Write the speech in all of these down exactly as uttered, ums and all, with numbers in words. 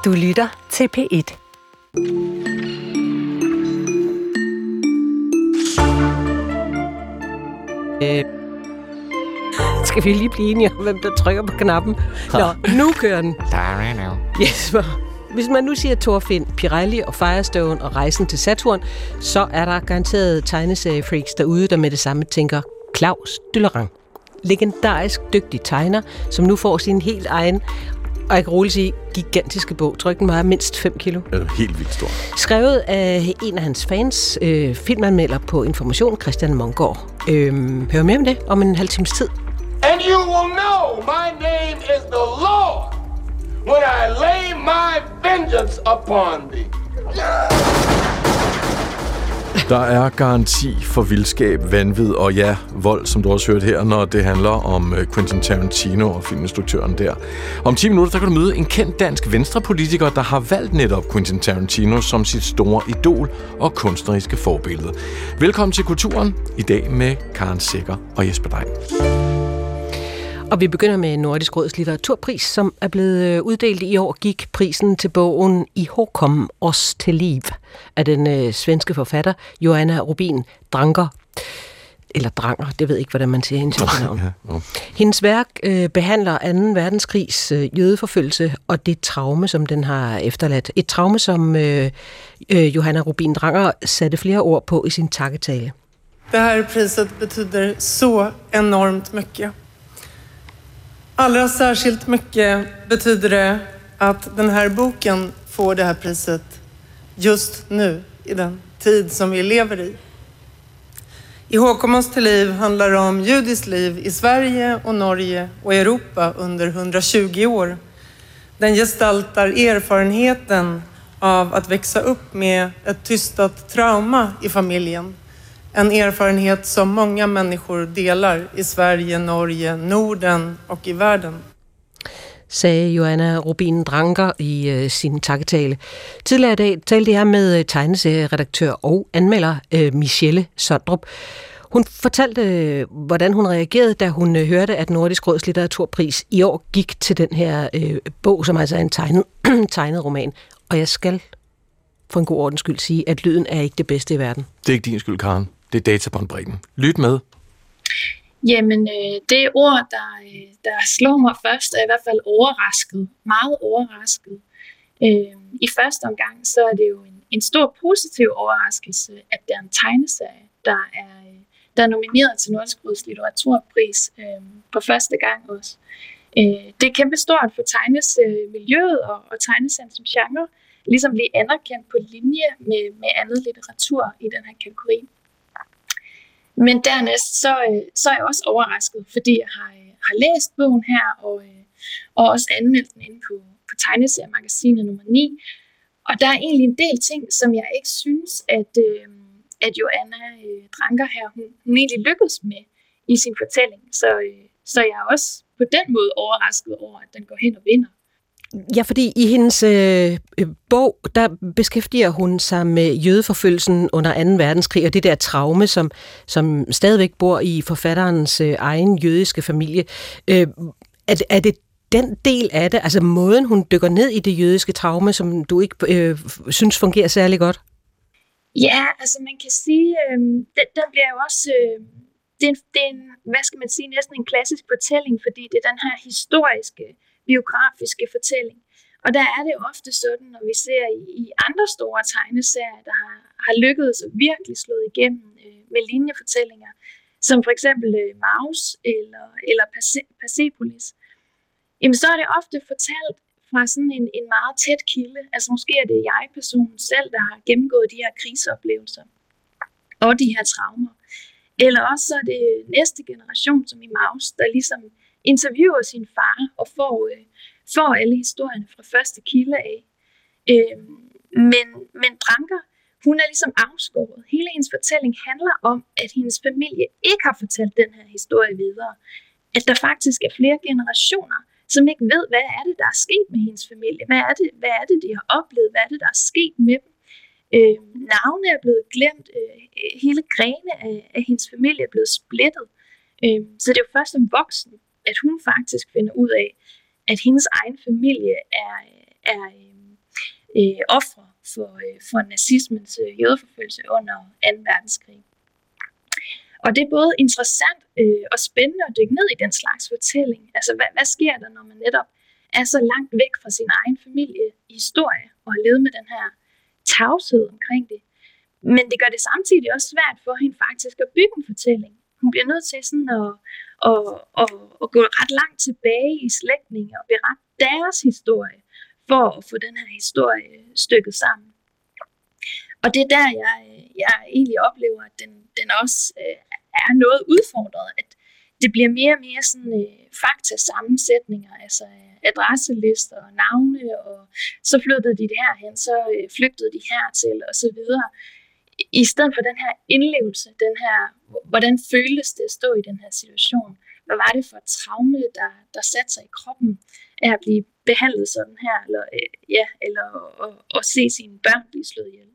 Du lytter til P et. Øh, skal vi lige blive enige om, hvem der trykker på knappen? Nå, nu kører den. Yes, hvis man nu siger Thorfinn, Pirelli og Firestone og Rejsen til Saturn, så er der garanteret tegneseriefreaks derude, der med det samme tænker Claus Dyllerang. Legendarisk dygtig tegner, som nu får sin helt egen, og jeg kan roligt sige, gigantiske bog. Tror ikke, den vejer mindst fem kilo. Det er helt vildt stor. Skrevet af en af hans fans, øh, filmanmelder på Information, Christian Mongård. Øh, hør mere om det om en halv times tid. And you will know my name is the Lord when I lay my vengeance upon thee. Der er garanti for vildskab, vanvid og ja, vold, som du også hørt her, når det handler om Quentin Tarantino og filminstruktøren der. Om ti minutter, der kan du møde en kendt dansk venstrepolitiker, der har valgt netop Quentin Tarantino som sit store idol og kunstneriske forbillede. Velkommen til Kulturen, i dag med Karen Secher og Jesper Dein. Og vi begynder med Nordisk Råds litteraturpris, som er blevet uddelt i år, gik prisen til bogen Ihågkom oss till liv af den øh, svenske forfatter Johanna Rubin Dranker. Eller Dranger, det ved ikke, hvordan man siger hendes navn. Ja, ja. Hendes værk øh, behandler anden verdenskrigs øh, jødeforfølgelse og det traume, som den har efterladt. Et traume, som øh, øh, Johanna Rubin Dranger satte flere ord på i sin takketale. Det här priset betyder så enormt mycket. Allra särskilt mycket betyder det att den här boken får det här priset just nu, i den tid som vi lever i. Ihågkom oss till liv handlar om judiskt liv i Sverige och Norge och Europa under hundratjugo år. Den gestaltar erfarenheten av att växa upp med ett tystat trauma i familjen. En erfarenhet som många människor delar i Sverige, Norge, Norden och i världen. Sagde Johanna Rubin Dranker i øh, sin takketale. Tidligere i dag talte jeg med tegneserieredaktør og anmelder øh, Michelle Sondrup. Hun fortalte, øh, hvordan hun reagerede, da hun øh, hørte, at Nordisk Råds litteraturpris i år gik til den her øh, bog, som altså er en tegnet, tegnet roman. Og jeg skal for en god ordens skyld sige, at lyden er ikke det bedste i verden. Det er ikke din skyld, Karen. Det er databåndbredden. Lyt med. Jamen, øh, det ord, der, øh, der slår mig først, er i hvert fald overrasket. Meget overrasket. Øh, I første omgang, så er det jo en, en stor positiv overraskelse, at der er en tegneserie, der er, øh, der er nomineret til Nordisk Råds litteraturpris øh, på første gang også. Øh, det er kæmpestort for tegneseriemiljøet og, og tegneserien som genre, ligesom blive anerkendt på linje med, med andet litteratur i den her kategori. Men dernæst, så, så er jeg også overrasket, fordi jeg har, har læst bogen her, og, og også anmeldt den inde på, på tegneseriemagasinet nummer ni. Og der er egentlig en del ting, som jeg ikke synes, at, at Johanna Dranker her, hun, hun egentlig lykkedes med i sin fortælling. Så, så jeg er også på den måde overrasket over, at den går hen og vinder. Ja, fordi i hendes øh, bog, der beskæftiger hun sig med jødeforfølgelsen under anden verdenskrig, og det der traume, som, som stadigvæk bor i forfatterens øh, egen jødiske familie. Øh, er, er det den del af det, altså måden, hun dykker ned i det jødiske traume, som du ikke øh, synes fungerer særlig godt? Ja, altså man kan sige, øh, den, den bliver jo også... Øh, det, er, det er en, hvad skal man sige, næsten en klassisk fortælling, fordi det er den her historiske biografiske fortælling. Og der er det jo ofte sådan, når vi ser i, i andre store tegneserier, der har, har lykkedes og virkelig slået igennem øh, med linjefortællinger, som for eksempel øh, Maus eller, eller Persepolis, jamen så er det ofte fortalt fra sådan en, en meget tæt kilde. Altså måske er det jeg-personen selv, der har gennemgået de her krigsoplevelser og de her traumer. Eller også så er det næste generation, som i Maus, der ligesom interviewer sin far og får, øh, får alle historierne fra første kilde af. Øh, men, men Dranker, hun er ligesom afskåret. Hele hendes fortælling handler om, at hendes familie ikke har fortalt den her historie videre. At der faktisk er flere generationer, som ikke ved, hvad er det, der er sket med hendes familie. Hvad er det, hvad er det de har oplevet? Hvad er det, der er sket med dem? Øh, navne er blevet glemt. Øh, hele grene af, af hendes familie er blevet splittet. Øh, så det er jo først som voksen, at hun faktisk finder ud af, at hendes egen familie er, er øh, ofre for, øh, for nazismens øh, jødeforfølgelse under anden verdenskrig. Og det er både interessant øh, og spændende at dykke ned i den slags fortælling. Altså, hvad, hvad sker der, når man netop er så langt væk fra sin egen familiehistorie og har levet med den her tavshed omkring det? Men det gør det samtidig også svært for hende faktisk at bygge en fortælling. Hun bliver nødt til sådan at, at, at, at gå ret langt tilbage i slægtninge og berette deres historie for at få den her historie stykket sammen. Og det er der, jeg, jeg egentlig oplever, at den, den også øh, er noget udfordret. At det bliver mere og mere sådan øh, fakta-sammensætninger, altså øh, adresselister og navne, og så flyttede de det herhen, så øh, flygtede de hertil, og så videre. I stedet for den her indlevelse, den her, hvordan føles det at stå i den her situation? Hvad var det for et traume, der, der satte sig i kroppen af at blive behandlet sådan her, eller, øh, ja, eller at, at se sine børn blive slået ihjel?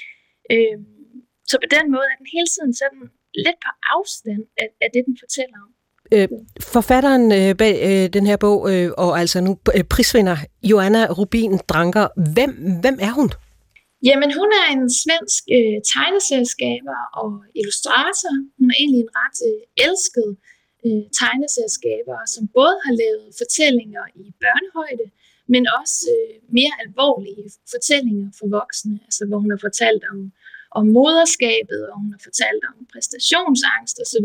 Øh, så på den måde er den hele tiden sådan lidt på afstand af, af det, den fortæller om. Øh, forfatteren øh, bag øh, den her bog, øh, og altså nu øh, prisvinder Joanna Rubin Dranker, hvem, hvem er hun? Jamen, hun er en svensk øh, tegneserieskaber og illustrator. Hun er egentlig en ret øh, elsket øh, tegneserieskaber, som både har lavet fortællinger i børnehøjde, men også øh, mere alvorlige fortællinger for voksne, altså hvor hun har fortalt om, om moderskabet, og hun har fortalt om præstationsangst osv.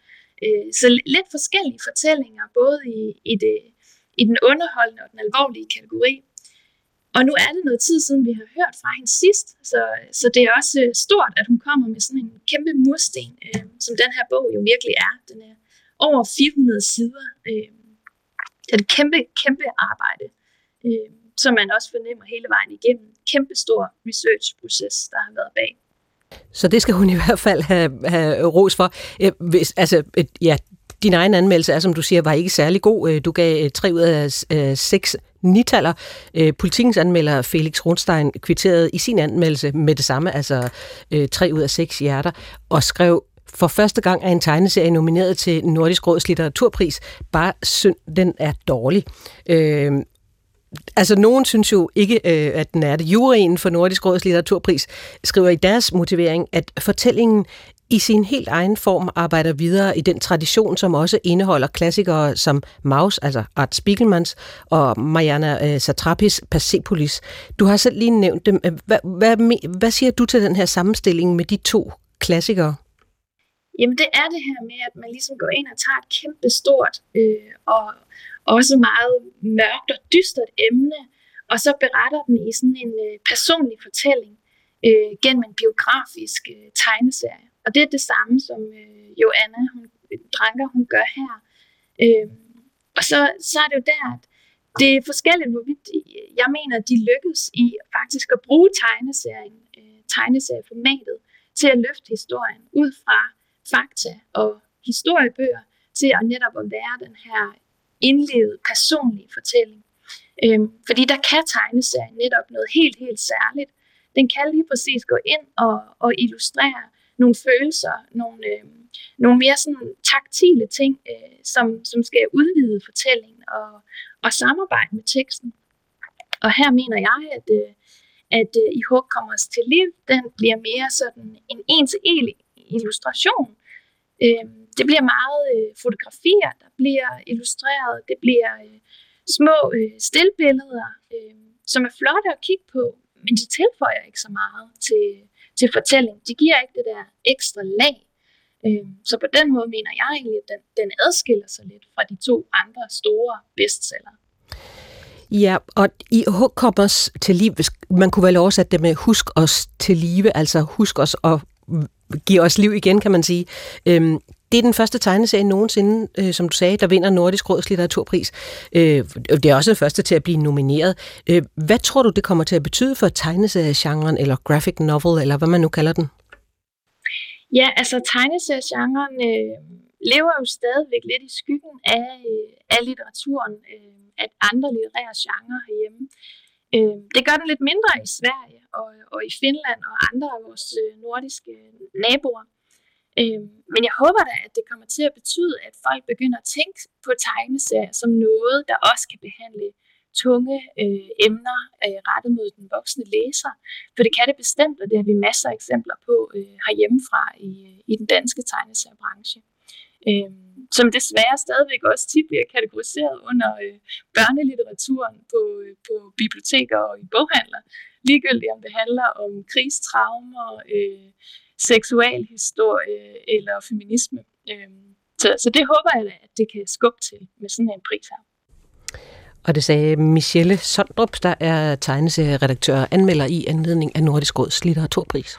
Øh, så lidt forskellige fortællinger, både i, i, det, i den underholdende og den alvorlige kategori. Og nu er det noget tid siden, vi har hørt fra hende sidst, så, så det er også stort, at hun kommer med sådan en kæmpe mursten, øh, som den her bog jo virkelig er. Den er over fire hundrede sider. Øh, det er et kæmpe, kæmpe arbejde, øh, som man også fornemmer hele vejen igennem. Kæmpe stor research-proces, der har været bag. Så det skal hun i hvert fald have, have ros for. Øh, hvis, altså, øh, ja, din egen anmeldelse er, som du siger, var ikke særlig god. Du gav tre ud af øh, seks nitaller. Øh, Politikens anmelder Felix Rundstein kvitterede i sin anmeldelse med det samme, altså øh, tre ud af seks hjerter, og skrev: for første gang er en tegneserie nomineret til Nordisk Råds litteraturpris. Bare synd, den er dårlig. Øh, altså, nogen synes jo ikke, øh, at den er det. Juryen for Nordisk Råds litteraturpris skriver i deres motivering, at fortællingen i sin helt egen form arbejder videre i den tradition, som også indeholder klassikere som Maus, altså Art Spiegelmans, og Mariana øh, Satrapis Persepolis. Du har selv lige nævnt dem. Hvad, hvad, hvad siger du til den her sammenstilling med de to klassikere? Jamen, det er det her med, at man ligesom går ind og tager et kæmpe stort øh, og også meget mørkt og dystert emne, og så beretter den i sådan en øh, personlig fortælling øh, gennem en biografisk øh, tegneserie. Og det er det samme, som øh, Joanna hun, Dranker, hun gør her. Øh, og så, så er det jo der, at det er forskelligt, hvorvidt jeg mener, at de lykkes i faktisk at bruge tegneserien, øh, tegneserieformatet til at løfte historien ud fra fakta og historiebøger til at netop at være den her indlevet personlige fortælling. Øh, fordi der kan tegneserien netop noget helt, helt særligt. Den kan lige præcis gå ind og, og illustrere nogle følelser, nogle, øh, nogle mere sådan taktile ting, øh, som, som skal udvide fortællingen og, og samarbejde med teksten. Og her mener jeg, at, øh, at øh, I Håb kommer os til liv, den bliver mere sådan en en-til-en illustration. Øh, det bliver meget øh, fotografier, der bliver illustreret, det bliver øh, små øh, stillbilleder, øh, som er flotte at kigge på, men de tilføjer ikke så meget til til fortælling. De giver ikke det der ekstra lag. Så på den måde mener jeg egentlig, at den, den adskiller sig lidt fra de to andre store bestseller. Ja, og I Håb kommer os til liv, man kunne vel oversætte det med husk os til live, altså husk os og give os liv igen, kan man sige. Det er den første tegneserie nogensinde, som du sagde, der vinder Nordisk Råds litteraturpris. Det er også den første til at blive nomineret. Hvad tror du, det kommer til at betyde for tegneseriegenren, eller graphic novel, eller hvad man nu kalder den? Ja, altså tegneseriegenren øh, lever jo stadigvæk lidt i skyggen af, øh, af litteraturen, øh, af andre litterære genrer herhjemme. Øh, det gør den lidt mindre i Sverige og, og i Finland og andre af vores øh, nordiske naboer. Øh, men jeg håber da, at det kommer til at betyde, at folk begynder at tænke på tegneserier som noget, der også kan behandle tunge øh, emner øh, rettet mod den voksne læser. For det kan det bestemt, og det har vi masser af eksempler på øh, herhjemmefra i, i den danske tegneseriebranche. Øh, som desværre stadigvæk også tit bliver kategoriseret under øh, børnelitteraturen på, øh, på biblioteker og i boghandler. Ligegyldigt om det handler om krigstraumer, øh, seksualhistorie eller feminisme. Øh, så, så det håber jeg, at det kan skubbe til med sådan en pris her. Og det sagde Michelle Sondrup, der er tegneserieredaktør og anmelder i anledning af Nordisk Råds litteraturpris.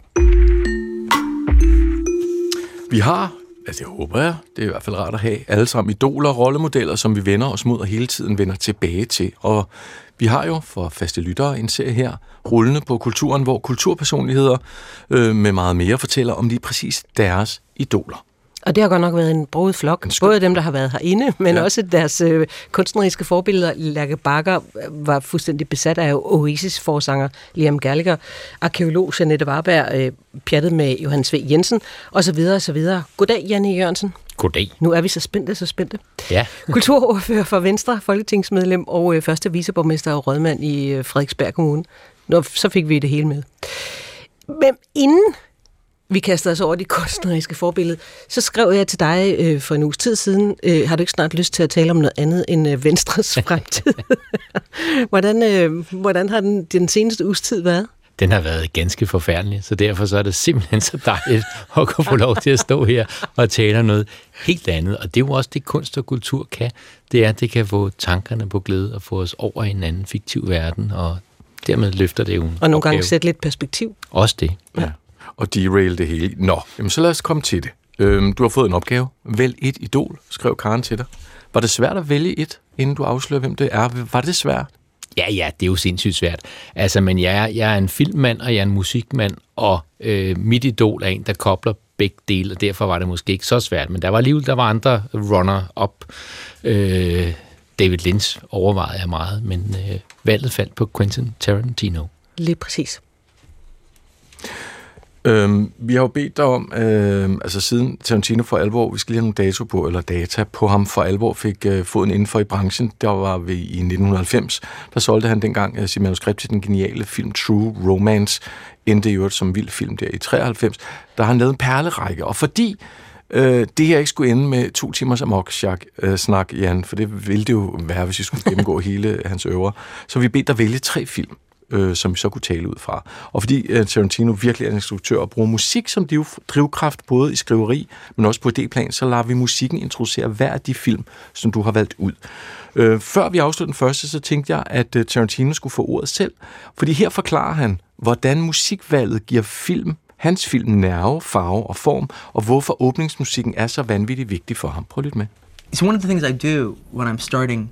Vi har, altså det håber jeg, det er i hvert fald rart at have, alle sammen idoler og rollemodeller, som vi vender os mod og hele tiden vender tilbage til. Og vi har jo for faste lyttere en serie her, rullende på kulturen, hvor kulturpersonligheder øh, med meget mere fortæller om lige præcis deres idoler. Og det har godt nok været en broget flok. Både dem, der har været herinde, men ja. også deres øh, kunstneriske forbilleder. Lærke Bagger var fuldstændig besat af Oasis-forsanger Liam Gallagher, arkeolog Jeanette Varberg, øh, pjattet med Johannes V. Jensen, osv. osv. Goddag, Janne Jørgensen. Goddag. Nu er vi så spændte, så spændte. Ja. Kulturordfører for Venstre, folketingsmedlem og øh, første viceborgmester og rådmand i øh, Frederiksberg Kommune. Nå, så fik vi det hele med. Men inden vi kaster os over de kunstneriske forbillede, så skrev jeg til dig øh, for en uges tid siden, øh, har du ikke snart lyst til at tale om noget andet end øh, Venstres fremtid? hvordan, øh, hvordan har den, den seneste uges tid været? Den har været ganske forfærdelig, så derfor så er det simpelthen så dejligt at kunne få lov til at stå her og tale om noget helt andet. Og det er jo også det, kunst og kultur kan. Det er, at det kan få tankerne på glæde og få os over i en anden fiktiv verden, og dermed løfter det jo en Og nogle opgave. gange sætte lidt perspektiv. Også det. Ja. Og derail det hele. Nå, jamen så lad os komme til det. Øhm, du har fået en opgave. Vælg et idol, skrev Karen til dig. Var det svært at vælge et, inden du afslører, hvem det er? Var det svært? Ja, ja, det er jo sindssygt svært. Altså, men jeg er, jeg er en filmmand, og jeg er en musikmand, og øh, mit idol er en, der kobler begge dele, og derfor var det måske ikke så svært. Men der var alligevel, der var andre runner-up. Øh, David Lynch overvejede jeg meget, men øh, valget faldt på Quentin Tarantino. Lige præcis. Øhm, vi har jo bedt dig om, øh, altså siden Tarantino for alvor, vi skal lige have nogle dato på, eller data på ham for alvor, fik øh, foden indenfor i branchen. Der var vi i nitten halvfems, der solgte han dengang øh, sit manuskript til den geniale film True Romance, endte i øvrigt som vild film der i treoghalvfems. Der har han lavet en perlerække, og fordi øh, det her ikke skulle ende med to timers amok-snak, øh, Jan, for det ville det jo være, hvis vi skulle gennemgå hele hans øvre, så vi bedt dig vælge tre film, øh, som vi så kunne tale ud fra. Og fordi øh, Tarantino virkelig er en instruktør og bruger musik som drivkraft, både i skriveri, men også på idéplan, så lader vi musikken introducere hver af de film, som du har valgt ud. Øh, før vi afslutter den første, så tænkte jeg, at øh, Tarantino skulle få ordet selv, fordi her forklarer han, hvordan musikvalget giver film, hans film nerve, farve og form, og hvorfor åbningsmusikken er så vanvittigt vigtig for ham. Prøv lidt med. It's one of the things I do when I'm starting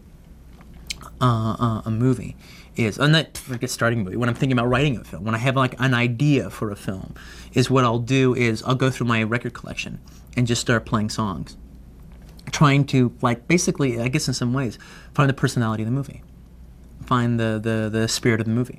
uh, uh, a movie. Is I'm not forget starting a movie when I'm thinking about writing a film. When I have like an idea for a film, is what I'll do is I'll go through my record collection and just start playing songs, trying to like basically, I guess in some ways, find the personality of the movie, find the the the spirit of the movie,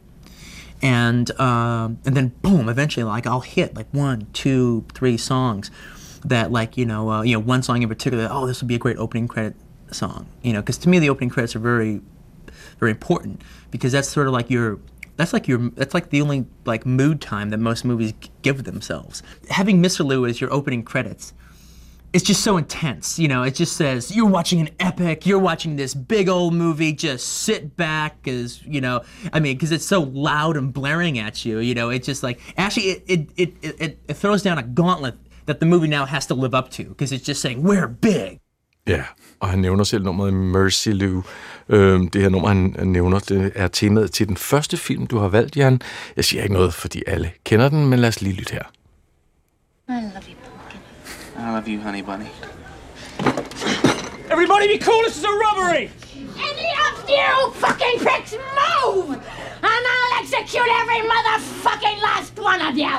and um, and then boom, eventually like I'll hit like one, two, three songs that like you know uh, you know one song in particular. Oh, this would be a great opening credit song, you know, because to me the opening credits are very very important because that's sort of like your that's like your that's like the only like mood time that most movies give themselves. Having Mister Lou as your opening credits, it's just so intense, you know. It just says you're watching an epic, you're watching this big old movie. Just sit back, as you know. I mean, because it's so loud and blaring at you, you know. It just like actually it it it it, it throws down a gauntlet that the movie now has to live up to because it's just saying we're big. Ja, og han nævner selv nummeret Mercy Lou. Øhm, det her nummer, han nævner, det er temaet til den første film, du har valgt, Jan. Jeg siger ikke noget, fordi alle kender den, men lad os lige lytte her. I love you, pumpkin. I love you, honey bunny. Everybody be cool, this is a robbery! Any of you fucking pricks move! And I'll execute every motherfucking last one of you!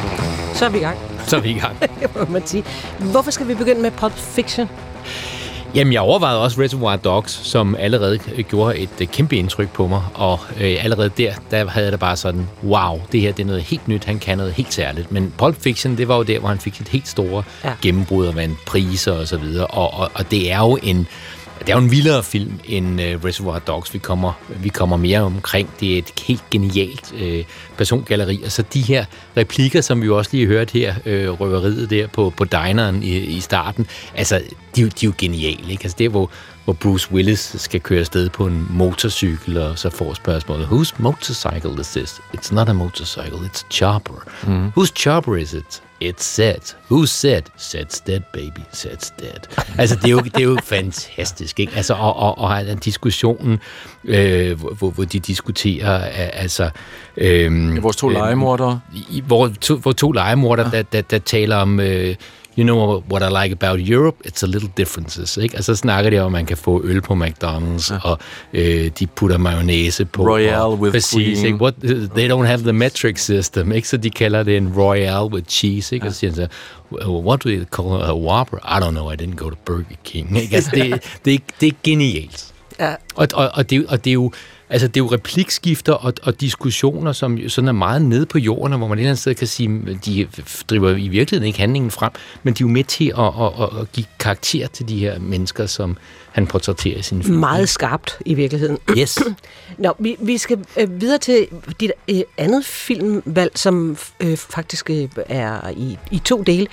Så er vi i gang. Så er vi i gang. Må man sige. Hvorfor skal vi begynde med Pulp Fiction? Jamen, jeg overvejede også Reservoir Dogs, som allerede gjorde et uh, kæmpe indtryk på mig, og uh, allerede der, der havde jeg det bare sådan, wow, det her det er noget helt nyt, han kan noget helt særligt. Men Pulp Fiction, det var jo der, hvor han fik sit helt store ja. gennembrud og vandt priser og så videre, og, og, og det er jo en... Det er jo en vildere film end uh, Reservoir Dogs. Vi kommer, vi kommer mere omkring. Det er et helt genialt uh, persongalleri. Og så de her replikker, som vi jo også lige hørte her, uh, røveriet der på, på dineren i, i starten, altså, de, de er jo geniale, ikke? Altså, det er, hvor, hvor Bruce Willis skal køre afsted på en motorcykel, og så får spørgsmålet, whose motorcycle is this? It's not a motorcycle, it's a chopper. Mm. Whose chopper is it? It's set. Who said? Set's dead, baby. Set's dead. Altså, det er jo, det er jo fantastisk, ikke? Altså, og, og, og diskussionen, øh, hvor, hvor de diskuterer, altså... Øh, ja, vores to øh, legemordere. Hvor to, hvor to legemordere, ja. der, der, der taler om... Øh, you know what I like about Europe? It's a little differences, ikke? Altså, så snakker de om, at man kan få øl på McDonald's, ja. og øh, de putter mayonnaise på. Royale og, with præcis, cream. What, they don't have the metric system, ikke? Så de kalder det en Royale with cheese, ikke? Ja. Og så siger han så, what do you call a Whopper? I don't know, I didn't go to Burger King, ikke? Altså, det, det, det er genialt. Ja. Og, og, og, det, og det er jo Altså, det er jo replikskifter og, og diskussioner, som sådan er meget nede på jorden, hvor man et eller andet sted kan sige, at de driver i virkeligheden ikke handlingen frem, men de er jo med til at, at, at, at give karakter til de her mennesker, som han portrætterer i sin film. Meget skarpt i virkeligheden. Yes. Nå, vi, vi skal øh, videre til dit øh, andet filmvalg, som øh, faktisk øh, er i, i to dele.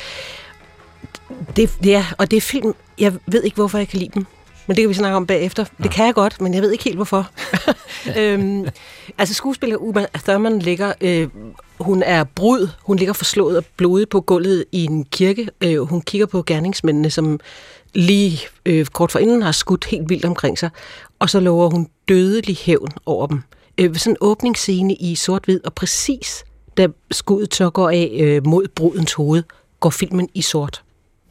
Det, det er, og det er film, jeg ved ikke, hvorfor jeg kan lide dem. Men det kan vi snakke om bagefter. Ja. Det kan jeg godt, men jeg ved ikke helt, hvorfor. øhm, altså, skuespiller Uma Thurman ligger... Øh, hun er brud. Hun ligger forslået og blodig på gulvet i en kirke. Øh, hun kigger på gerningsmændene, som lige øh, kort forinden har skudt helt vildt omkring sig. Og så lover hun dødelig hævn over dem. Øh, sådan en åbningsscene i sort-hvid, og præcis da skuddet så går af øh, mod brudens hoved, går filmen i sort.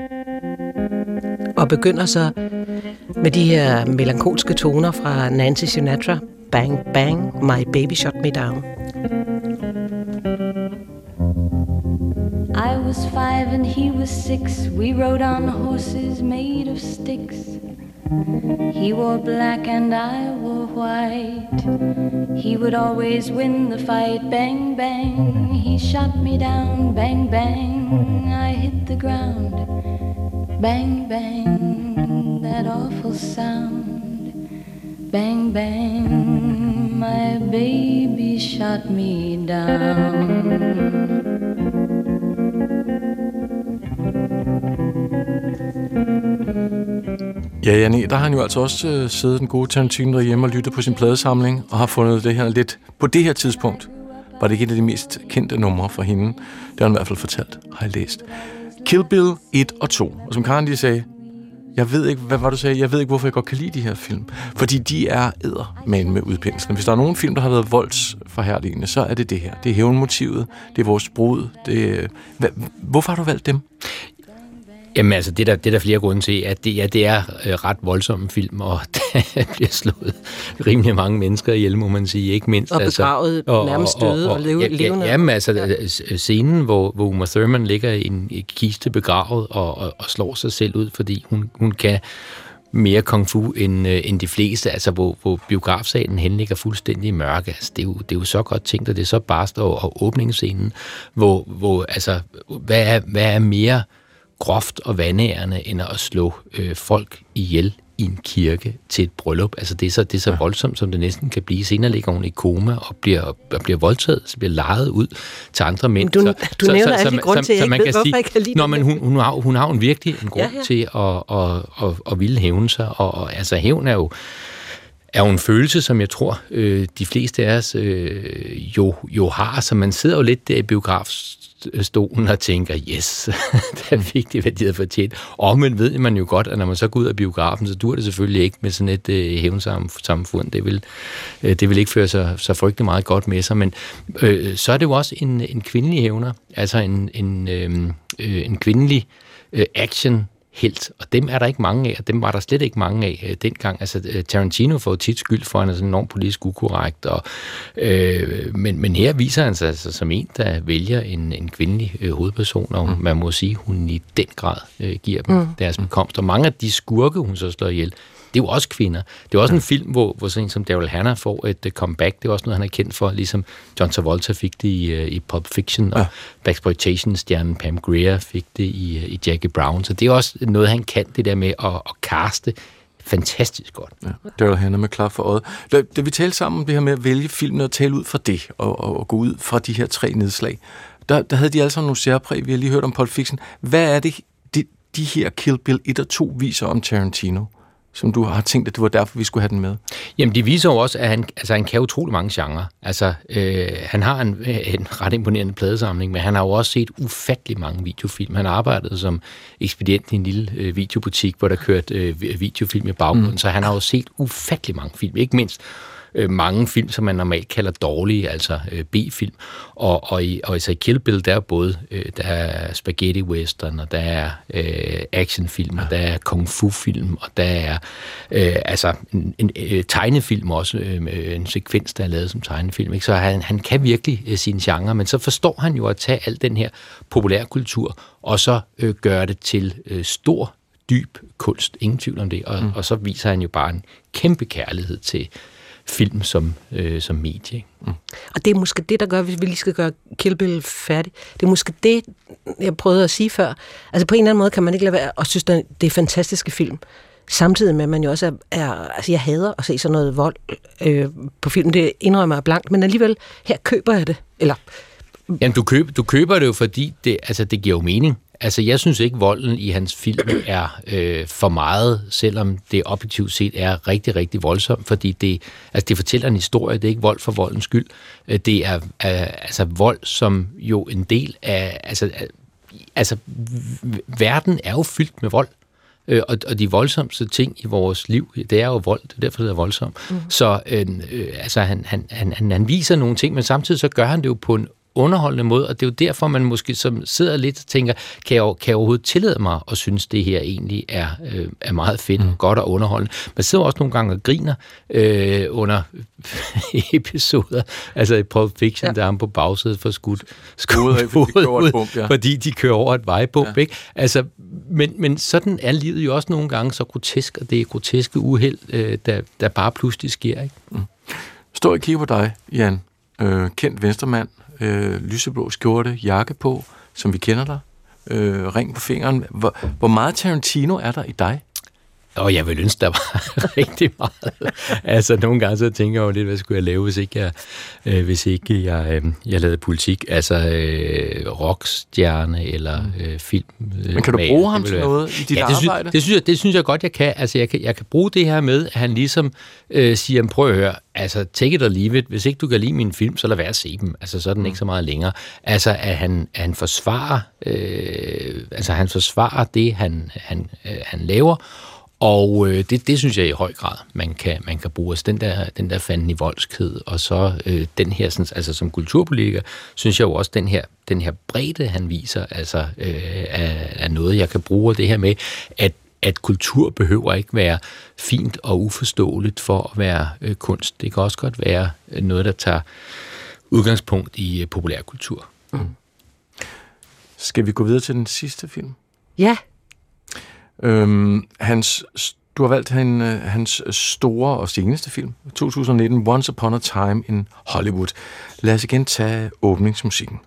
Og begynder så med de her melankolske toner fra Nancy Sinatra. Bang, bang, my baby shot me down. I was five and he was six. We rode on horses made of sticks. He wore black and I wore white. He would always win the fight. Bang, bang, he shot me down. Bang, bang, I hit the ground. Bang, bang, that awful sound. Bang, bang, my baby shot me down. Ja, Janne, der har han jo altså også øh, siddet den gode Tarantino derhjemme og lyttet på sin pladesamling, og har fundet det her lidt... På det her tidspunkt var det ikke et af de mest kendte numre for hende. Det har han i hvert fald fortalt, har jeg læst. Kill Bill et og to. Og som Karen lige sagde, jeg ved ikke, hvad var du sagde? Jeg ved ikke, hvorfor jeg godt kan lide de her film. Fordi de er eddermane med udpenslen. Hvis der er nogen film, der har været voldsforherligende, så er det det her. Det er hævnmotivet, det er vores brud. Det er... Hvorfor har du valgt dem? Jamen altså, det er der, det er der flere grunde til, at det, ja, det er øh, ret voldsomme film, og der bliver slået rimelig mange mennesker ihjel, må man sige, ikke mindst. Og begravet, altså, og, nærmest døde og, og, og leve, ja, levende. Ja, jamen altså, ja. Scenen, hvor, hvor Uma Thurman ligger i en i kiste begravet og, og, og slår sig selv ud, fordi hun, hun kan mere kung fu end, øh, end de fleste, altså hvor, hvor biografsalen henligger fuldstændig i mørke. Altså, det, er jo, det er jo så godt tænkt, og det er så barst, og, og åbningsscenen, hvor, hvor altså, hvad er, hvad er mere groft og vandærende, end at slå øh, folk ihjel i en kirke til et bryllup. Altså, det er så, det er så ja. voldsomt, som det næsten kan blive. Senere ligger hun i koma og bliver, og bliver voldtaget, så bliver lejet ud til andre mænd. Du, så, du så, nævner så, alle de grunde til, jeg ikke ved, hvorfor jeg kan lide Nå, men hun, hun, har, hun har jo virkelig en grund ja, ja. til at, at, at, at ville hævne sig. Og, og altså, hævn er jo er jo en følelse, som jeg tror, øh, de fleste af os øh, jo, jo har. Så man sidder jo lidt der i biografstolen og tænker, yes, det er vigtigt, hvad de havde fortjent. Og men ved man jo godt, at når man så går ud af biografen, så dur det selvfølgelig ikke med sådan et øh, hævnsamfund. Det vil, øh, det vil ikke føre sig så frygtelig meget godt med sig. Men øh, så er det jo også en, en kvindelig hævner, altså en, en, øh, en kvindelig øh, action helt, og dem er der ikke mange af, og dem var der slet ikke mange af øh, dengang. Altså, Tarantino får tit skyld for, at han er sådan enormt politisk ukorrekt, og, øh, men, men her viser han sig altså som en, der vælger en, en kvindelig øh, hovedperson, og mm. man må sige, hun i den grad øh, giver dem mm. deres bekomst. Og mange af de skurke, hun så slår ihjel, det er jo også kvinder. Det er også en film, hvor, hvor sådan en som Daryl Hannah får et uh, comeback. Det er også noget, han er kendt for, ligesom John Travolta fik det i, uh, i Pulp Fiction, og ja. Blaxploitation-stjernen Pam Grier fik det i, uh, i Jackie Brown. Så det er også noget, han kan, det der med at, at kaste fantastisk godt. Ja. Daryl Hannah med klap for øjet. Da, da vi talte sammen om det her med at vælge filmen og tale ud fra det, og, og, og gå ud fra de her tre nedslag, der, der havde de alle sammen nogle særpræg. Vi har lige hørt om Pulp Fiction. Hvad er det, de, de her Kill Bill et og to viser om Tarantino, som du har tænkt, at det var derfor, vi skulle have den med? Jamen, de viser jo også, at han, altså, han kan utrolig mange genrer. Altså, øh, han har en, en ret imponerende pladesamling, men han har jo også set ufattelig mange videofilm. Han arbejdede som ekspedient i en lille øh, videobutik, hvor der kørte øh, videofilm i baggrunden, mm. så han har jo set ufattelig mange film. Ikke mindst øh, mange film, som man normalt kalder dårlige, altså øh, B-film. Og, og, i, og i Kill Bill, der er både øh, der er spaghetti western, og der er øh, actionfilm, og der er kung fu-film, og der er øh, altså en, en øh, tegnefilm også, øh, en sekvens, der er lavet som tegnefilm. Ikke? Så han, han kan virkelig øh, sine genre, men så forstår han jo at tage al den her populærkultur, og så øh, gøre det til øh, stor, dyb kunst. Ingen tvivl om det. Og, mm. og så viser han jo bare en kæmpe kærlighed til film som, øh, som medie. Mm. Og det er måske det, der gør, hvis vi lige skal gøre Kill Bill færdig. Det er måske det, jeg prøvede at sige før. Altså på en eller anden måde kan man ikke lade være og synes, det er fantastiske film. Samtidig med, at man jo også er, er altså jeg hader at se sådan noget vold øh, på film. Det indrømmer jeg blankt, men alligevel, her køber jeg det. Eller Jamen, du køber, du køber det jo, fordi det, altså, det giver jo mening. Altså, jeg synes ikke, volden i hans film er øh, for meget, selvom det objektivt set er rigtig, rigtig voldsomt, fordi det, altså, det fortæller en historie, det er ikke vold for voldens skyld. Det er øh, altså vold, som jo en del af, altså, altså verden er jo fyldt med vold. Og, og de voldsomste ting i vores liv, det er jo vold, det er derfor, det er voldsomt. Mm. Så øh, altså, han, han, han, han viser nogle ting, men samtidig så gør han det jo på en underholdende måde, og det er jo derfor, man måske som sidder lidt og tænker, kan jeg, kan jeg overhovedet tillade mig at synes, det her egentlig er, øh, er meget fedt, mm. godt og underholdende. Man sidder også nogle gange og griner øh, under episoder, altså i Pulp Fiction, ja. Der er ham på bagsædet for skudt, skudt ud, bump, ja. Fordi de kører over et vejbump, ja. Ikke? Altså, men, men sådan er livet jo også nogle gange så grotesk, og det er groteske uheld, øh, der, der bare pludselig sker. Ikke? Mm. Står og kigger på dig, Jan, øh, kendt venstremand, Øh, lyseblå skjorte, jakke på, som vi kender dig, øh, ring på fingeren. Hvor, hvor meget Tarantino er der i dig? Og jeg vil ønske, der var rigtig meget. Altså, nogle gange så tænker jeg jo lidt, hvad skulle jeg lave, hvis ikke jeg, øh, hvis ikke jeg, øh, jeg lavede politik. Altså, øh, rockstjerne eller øh, film. Øh, Men kan du bruge ham til noget i dit ja, det arbejde? Synes, det, synes jeg, det synes jeg godt, jeg kan. Altså, jeg kan, jeg kan bruge det her med, at han ligesom øh, siger, prøv at høre, altså, take it or leave it. Hvis ikke du kan lide min film, så lad være at se dem. Altså, så er den ikke så meget længere. Altså, at han, at han forsvarer, øh, altså, han forsvarer det, han, han, øh, han laver. Og øh, det, det synes jeg i høj grad, man kan, man kan bruge. Altså den der, den der fanden i voldskhed, og så øh, den her, sådan, altså som kulturpolitiker, synes jeg jo også, den her, den her bredde, han viser, altså øh, er, er noget, jeg kan bruge. Det her med, at, at kultur behøver ikke være fint og uforståeligt for at være øh, kunst. Det kan også godt være noget, der tager udgangspunkt i øh, populærkultur. Mm. Skal vi gå videre til den sidste film? Ja. Øhm, hans, du har valgt han, hans store og seneste film, to tusind nitten, Once Upon a Time in Hollywood. Lad os igen tage åbningsmusikken.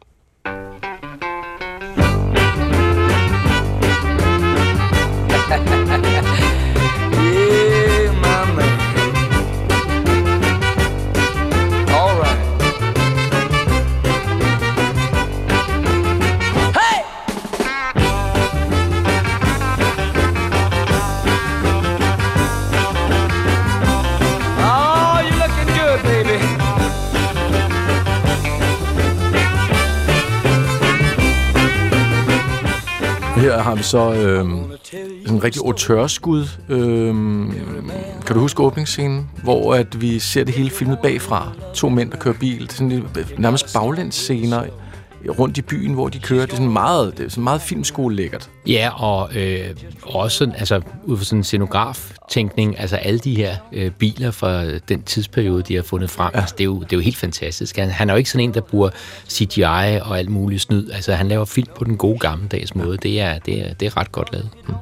Yeah, my man. All right. Hey! Oh, you're looking good, baby. Her har vi så øh, en rigtig autørskud. Øh, kan du huske åbningsscenen, hvor at vi ser det hele filmet bagfra? To mænd, der kører bil. Det er sådan nærmest baglændsscener rundt i byen, hvor de kører. Det er sådan meget, det er sådan meget filmskolelækkert. Ja, og øh, også altså, ud fra sådan en scenograftænkning, altså alle de her øh, biler fra den tidsperiode, de har fundet frem, ja. altså, det, er jo, det er jo helt fantastisk. Han, han er jo ikke sådan en, der bruger C G I og alt muligt snyd. Altså, han laver film på den gode gammeldags måde. Det er, det er, det er ret godt lavet. Mm.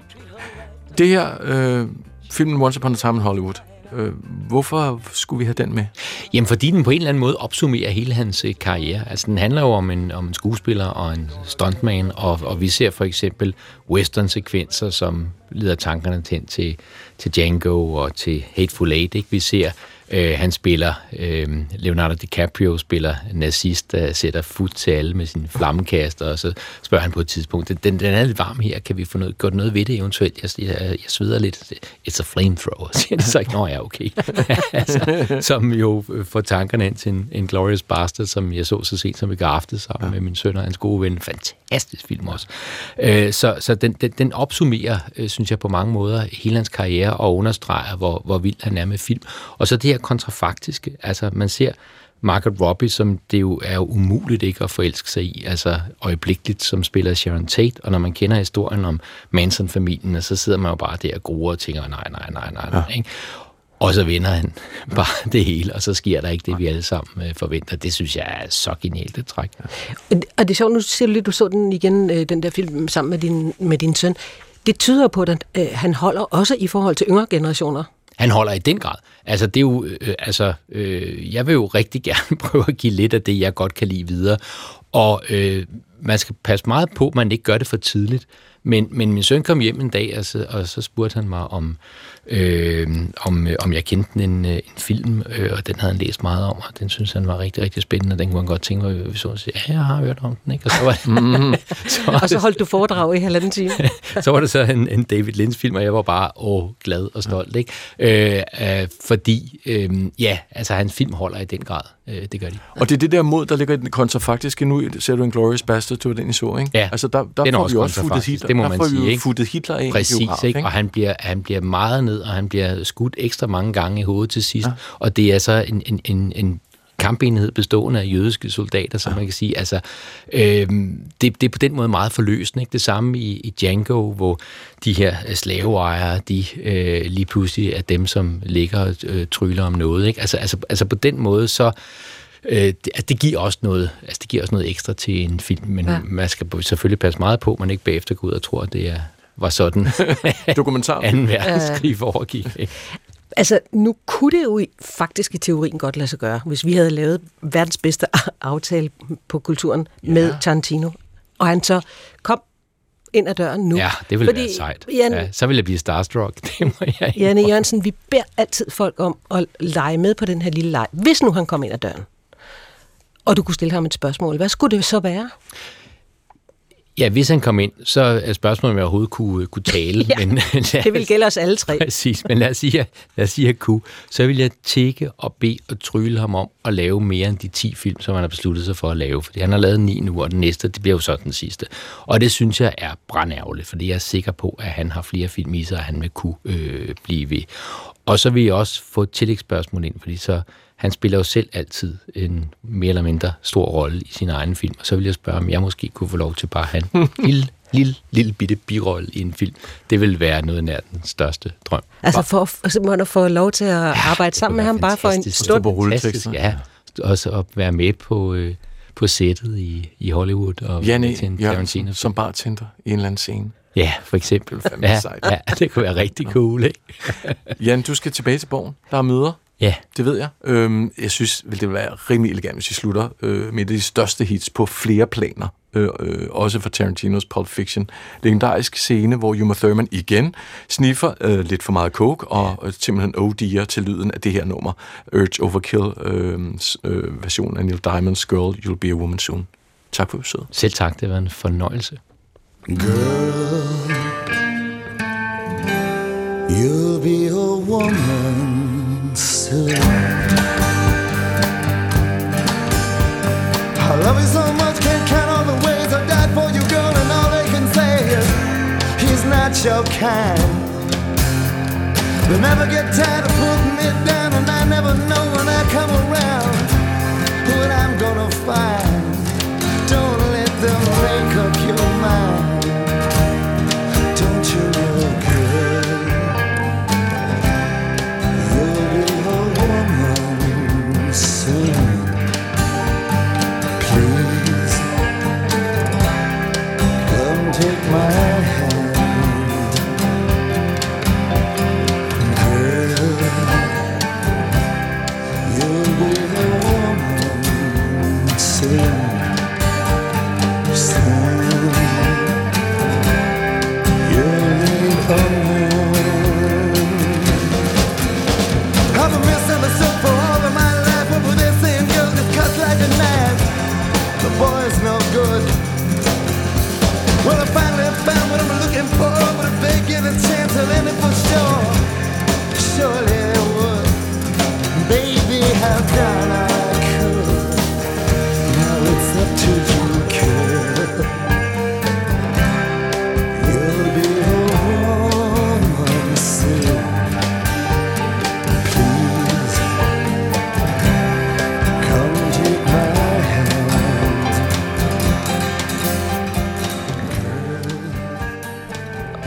Det her, øh, filmen Once Upon a Time in Hollywood, øh, hvorfor skulle vi have den med? Jamen, fordi den på en eller anden måde opsummerer hele hans øh, karriere. Altså, den handler jo om en, om en skuespiller og en stuntman, og, og vi ser for eksempel western-sekvenser, som leder tankerne hen til, til Django og til Hateful Eight, ikke? Vi ser Øh, han spiller, øh, Leonardo DiCaprio spiller nazist, der sætter fod til alle med sin flammekaster, og så spørger han på et tidspunkt, den, den er lidt varm her, kan vi få noget, gøre noget ved det eventuelt? Jeg, jeg, jeg sveder lidt. It's a flamethrower, siger de så ikke. Nå ja, okay. altså, som jo får tankerne ind til en, en Glorious Bastard, som jeg så så sent som i går aftes sammen ja. med min søn og hans gode ven. Fantastisk film også. Øh, så så den, den, den opsummerer, øh, synes jeg på mange måder, hele hans karriere og understreger, hvor, hvor vild han er med film. Og så det her kontrafaktiske. Altså, man ser Margaret Robbie, som det jo er jo umuligt ikke at forelske sig i, altså øjeblikkeligt, som spiller Sharon Tate, og når man kender historien om Manson-familien, så sidder man jo bare der og gruer og tænker, nej, nej, nej, nej, nej, ikke? Og så vinder han bare det hele, og så sker der ikke det, vi alle sammen forventer. Det synes jeg er så genialt et træk. Og det er sjovt, nu siger du lige, du så den igen, den der film sammen med din, med din søn. Det tyder på, at han holder også i forhold til yngre generationer. Han holder i den grad. Altså, det er jo, øh, altså, øh, jeg vil jo rigtig gerne prøve at give lidt af det, jeg godt kan lide videre. Og øh, man skal passe meget på, at man ikke gør det for tidligt. Men, men min søn kom hjem en dag, og så, og så spurgte han mig, om, øh, om, om jeg kendte en, en film, øh, og den havde han læst meget om, og den synes han var rigtig, rigtig spændende, og den kunne han godt tænke mig, vi så og sige, ja, jeg har hørt om den, ikke? Og så var det... Mm. så var og så holdt du foredrag i halvanden time. så var det så en, en David Lynch-film, og jeg var bare åh, glad og stolt, ikke? Øh, øh, fordi, øh, ja, altså hans film holder i den grad. Øh, det gør de. Og det er det der mod, der ligger i den kontrafaktiske. Nu ser du en Glorious Bastard, du den I så, ikke? Ja, altså, der, der får vi også futtet Hitler. Det må man der får sige, vi ikke? futtet Hitler af. Præcis, biograf, ikke? Og han bliver, han bliver meget ned, og han bliver skudt ekstra mange gange i hovedet til sidst. Ja. Og det er så en, en, en, en kampenhed bestående af jødiske soldater, som ja. man kan sige. Altså, øh, det, det er på den måde meget forløsende, ikke? Det samme i, i Django, hvor de her slaveejere, de øh, lige pludselig er dem, som ligger og øh, tryller om noget, ikke? Altså, altså, altså på den måde, så Øh, det, altså det giver også noget, altså det giver også noget ekstra til en film, men ja. man skal selvfølgelig passe meget på, man ikke bagefter går ud og tror, at det er, var sådan dokumentar anden verdenskrig foregik. Altså, nu kunne det jo faktisk i teorien godt lade sig gøre, hvis vi havde lavet verdens bedste aftale på kulturen ja. med Tarantino, og han så kom ind ad døren nu. Ja, det ville Fordi, være sejt. Jan, ja, så ville jeg blive starstruck. Det må jeg Janne Jørgensen, vi beder altid folk om at lege med på den her lille leg. Hvis nu han kom ind ad døren, og du kunne stille ham et spørgsmål, hvad skulle det så være? Ja, hvis han kom ind, så er spørgsmålet, om jeg overhovedet kunne, kunne tale. ja, men, det vil gælde os alle tre. Præcis, men lad os sige, lad os sige at jeg kunne. Så vil jeg tække og bede og trylle ham om at lave mere end de ti film, som han har besluttet sig for at lave. Fordi han har lavet ni nu, og den næste, det bliver jo så den sidste. Og det synes jeg er brandærgerligt, fordi jeg er sikker på, at han har flere film i sig, og han vil kunne øh, blive ved. Og så vil jeg også få et tillægsspørgsmål ind, fordi så han spiller jo selv altid en mere eller mindre stor rolle i sin egen film, og så vil jeg spørge, om jeg måske kunne få lov til bare at have en lille, lille, lille bitte birolle i en film. Det vil være noget nær den største drøm. Altså for simpelthen at få lov til at ja, arbejde sammen med ham, bare for en stund. På rulleteksten. Ja, også at være med på, øh, på sættet i, i Hollywood. Og Janne Jørgensen som bartender i en eller anden scene. Ja, for eksempel. Ja, ja, det kunne være rigtig cool, ikke? Jan, du skal tilbage til Borgen. Der er møder. Ja. Det ved jeg. Øhm, jeg synes, det vil være rimelig elegant, hvis vi slutter øh, med de største hits på flere planer. Øh, øh, også for Tarantinos Pulp Fiction. Legendarisk scene, hvor Uma Thurman igen sniffer øh, lidt for meget coke, og øh, simpelthen O D'er til lyden af det her nummer. Urge Overkill øh, øh, version af Neil Diamond's Girl, You'll Be a Woman Soon. Tak for besøget. Selv tak, det var en fornøjelse. Girl, you'll be a woman soon. I love you so much, can't count all the ways I died for you, girl, and all they can say is he's not your kind. They never get tired of putting it down, and I never know when I come around what I'm gonna find. Don't let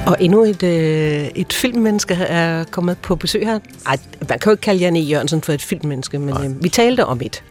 Og endnu et, øh, et filmmenneske er kommet på besøg her. Ej, man kan jo ikke kalde Jan E. Jørgensen for et filmmenneske, men øh, vi talte om et.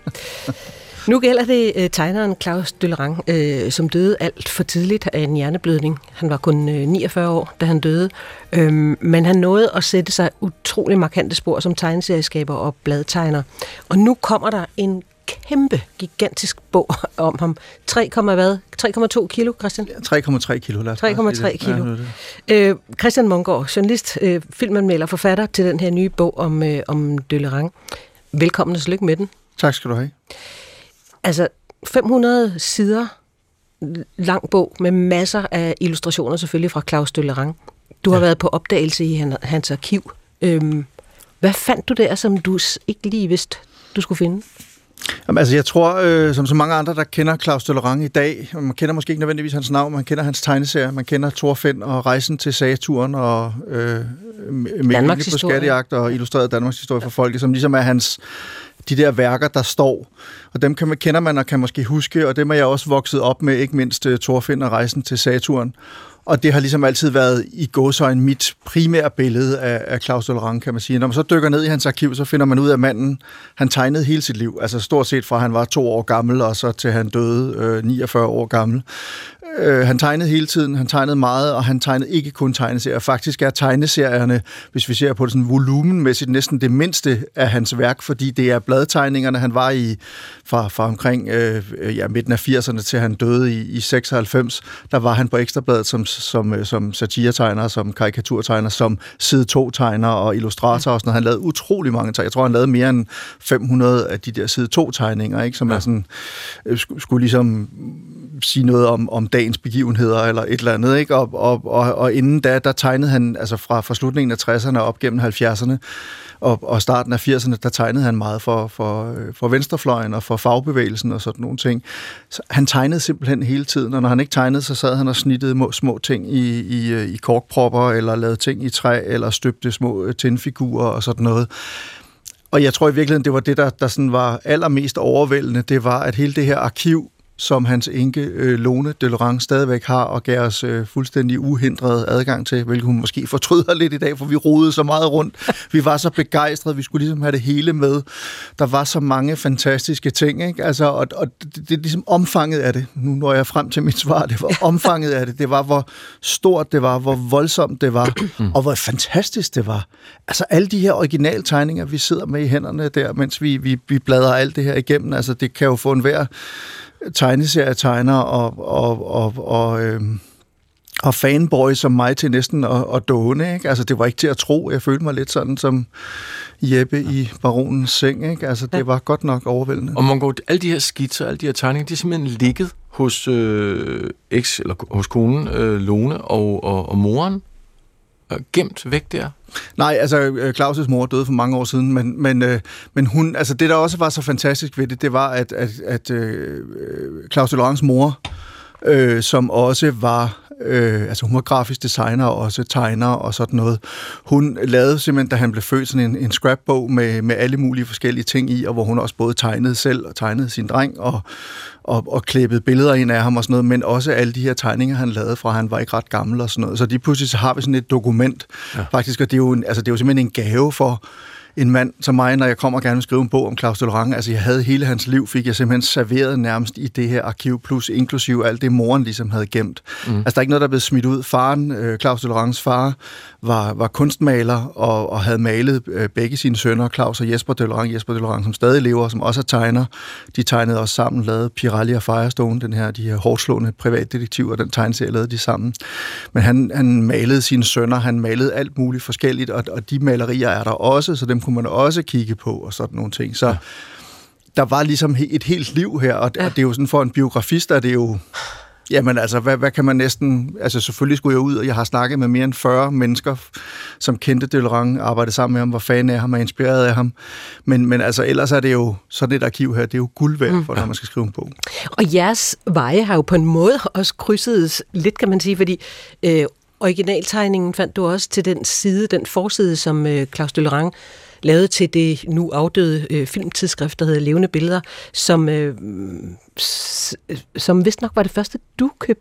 Nu gælder det øh, tegneren Claus Døllerang, øh, som døde alt for tidligt af en hjerneblødning. Han var kun øh, niogfyrre år, da han døde. Øhm, men han nåede at sætte sig utrolig markante spor som tegneserieskaber og bladtegner. Og nu kommer der en kæmpe, gigantisk bog om ham. tre, hvad? tre komma to kilo, Christian? tre komma tre kilo. tre komma tre kilo. Ja, det det. Øh, Christian Munggaard, journalist, øh, filmanmelder, forfatter til den her nye bog om, øh, om Døllerang. Velkommen og tillykke med den. Tak skal du have. Altså, fem hundrede sider lang bog med masser af illustrationer, selvfølgelig fra Claus Døllerang. Du har ja. været på opdagelse i hans arkiv. Øhm, hvad fandt du der, som du ikke lige vidste, du skulle finde? Jamen, altså, jeg tror, øh, som så mange andre, der kender Claus Døllerang i dag, man kender måske ikke nødvendigvis hans navn, man kender hans tegneserier, man kender Thorfinn og Rejsen til Saturn og øh, Mikkel på skattejagt og Illustreret Danmarks historie for folket, som ligesom er hans de der værker, der står. Og dem kan man, kender man og kan måske huske, og dem er jeg også vokset op med, ikke mindst uh, Thorfinn og Rejsen til Saturn. Og det har ligesom altid været i gåseøjne mit primære billede af, af Claus Døllerang, kan man sige. Når man så dykker ned i hans arkiv, så finder man ud af manden, han tegnede hele sit liv. Altså stort set fra han var to år gammel, og så til han døde øh, niogfyrre år gammel. Øh, han tegnede hele tiden, han tegnede meget, og han tegnede ikke kun tegneserier. Faktisk er tegneserierne, hvis vi ser på det sådan volumenmæssigt, næsten det mindste af hans værk, fordi det er bladtegningerne, han var i fra, fra omkring øh, ja, midten af firserne til han døde i, i seksoghalvfems. Der var han på Ekstrabladet som, som, som satiretegner, som karikaturtegner, som side to-tegner og illustrator og sådan noget. Han lavede utrolig mange tegninger. Jeg tror, han lavede mere end fem hundrede af de der side to-tegninger, ikke? Som ja. er sådan, øh, skulle, skulle ligesom sige noget om, om dagens begivenheder eller et eller andet, ikke? Og, og, og, og inden da, der tegnede han, altså fra, fra slutningen af tresserne op gennem halvfjerdserne og, og starten af firserne, der tegnede han meget for, for, for venstrefløjen og for fagbevægelsen og sådan nogle ting. Så han tegnede simpelthen hele tiden, og når han ikke tegnede, så sad han og snittede små, små ting i, i, i korkpropper, eller lavede ting i træ, eller støbte små tinfigurer og sådan noget. Og jeg tror i virkeligheden, det var det, der, der sådan var allermest overvældende, det var, at hele det her arkiv, som hans enke øh, Lone Døllerang stadigvæk har, og gav os øh, fuldstændig uhindret adgang til, hvilket hun måske fortryder lidt i dag, for vi rodede så meget rundt. Vi var så begejstrede, vi skulle ligesom have det hele med. Der var så mange fantastiske ting, ikke? Altså, og, og det, det er ligesom omfanget af det. Nu når jeg frem til mit svar, det var omfanget af det. Det var, hvor stort det var, hvor voldsomt det var, og hvor fantastisk det var. Altså, alle de her originaltegninger, vi sidder med i hænderne der, mens vi, vi, vi bladrer alt det her igennem, altså, det kan jo få en hver tegneserietegner og, og, og, og, øhm, og fanboy som mig til næsten at, at dåne, ikke? Altså, det var ikke til at tro. Jeg følte mig lidt sådan som Jeppe i Baronens seng, ikke? Altså, det var godt nok overvældende. Og Munggaard, alle de her skitser, alle de her tegninger, de er simpelthen ligget hos øh, eks, eller hos konen øh, Lone og, og, og moren, gemt væk der? Nej, altså Claus' mor døde for mange år siden, men, men, øh, men hun, altså det der også var så fantastisk ved det, det var, at, at, at øh, Claus Døllerangs mor, øh, som også var, øh, altså hun var grafisk designer og også tegner og sådan noget, hun lavede simpelthen, da han blev født, sådan en, en scrapbog med, med alle mulige forskellige ting i, og hvor hun også både tegnede selv og tegnede sin dreng, og Og, og klippede billeder ind af ham og sådan noget, men også alle de her tegninger, han lavede fra, han var ikke ret gammel og sådan noget. Så lige pludselig så har vi sådan et dokument, ja. faktisk, og det er, jo en, altså, det er jo simpelthen en gave for en mand som mig, når jeg kommer og gerne vil skrive en bog om Claus Døllerang. Altså, jeg havde hele hans liv, fik jeg simpelthen serveret nærmest i det her arkiv, plus inklusive alt det, moren ligesom havde gemt. Mm. Altså, der er ikke noget, der er blevet smidt ud. Faren, øh, Claus Døllerangs far, var, var kunstmaler og, og havde malet øh, begge sine sønner, Claus og Jesper Døllerang. Jesper Døllerang, som stadig lever, som også er tegner. De tegnede også sammen, lavede Pirelli og Firestone, den her, de her hårdslående privatdetektiver, den tegneserie lavede de sammen. Men han, han malede sine sønner, han malede alt muligt forskelligt, og, og de malerier er der også, så dem kunne man også kigge på og sådan nogle ting. Så ja. der var ligesom et helt liv her, og, ja. og det er jo sådan, for en biografist, er det jo, jamen altså, hvad, hvad kan man næsten, altså selvfølgelig skulle jeg ud, og jeg har snakket med mere end fyrre mennesker, som kendte Døllerang, arbejdede sammen med ham, var fan af ham og inspireret af ham, men, men altså ellers er det jo, sådan et arkiv her, det er jo guld værd for, mm. når man skal skrive en bog. Og jeres veje har jo på en måde også krydset lidt, kan man sige, fordi øh, originaltegningen fandt du også til den side, den forside, som øh, Claus Døllerang lavede til det nu afdøde øh, filmtidsskrift, der hedder Levende Billeder, som, øh, s- som vist nok var det første, du købte.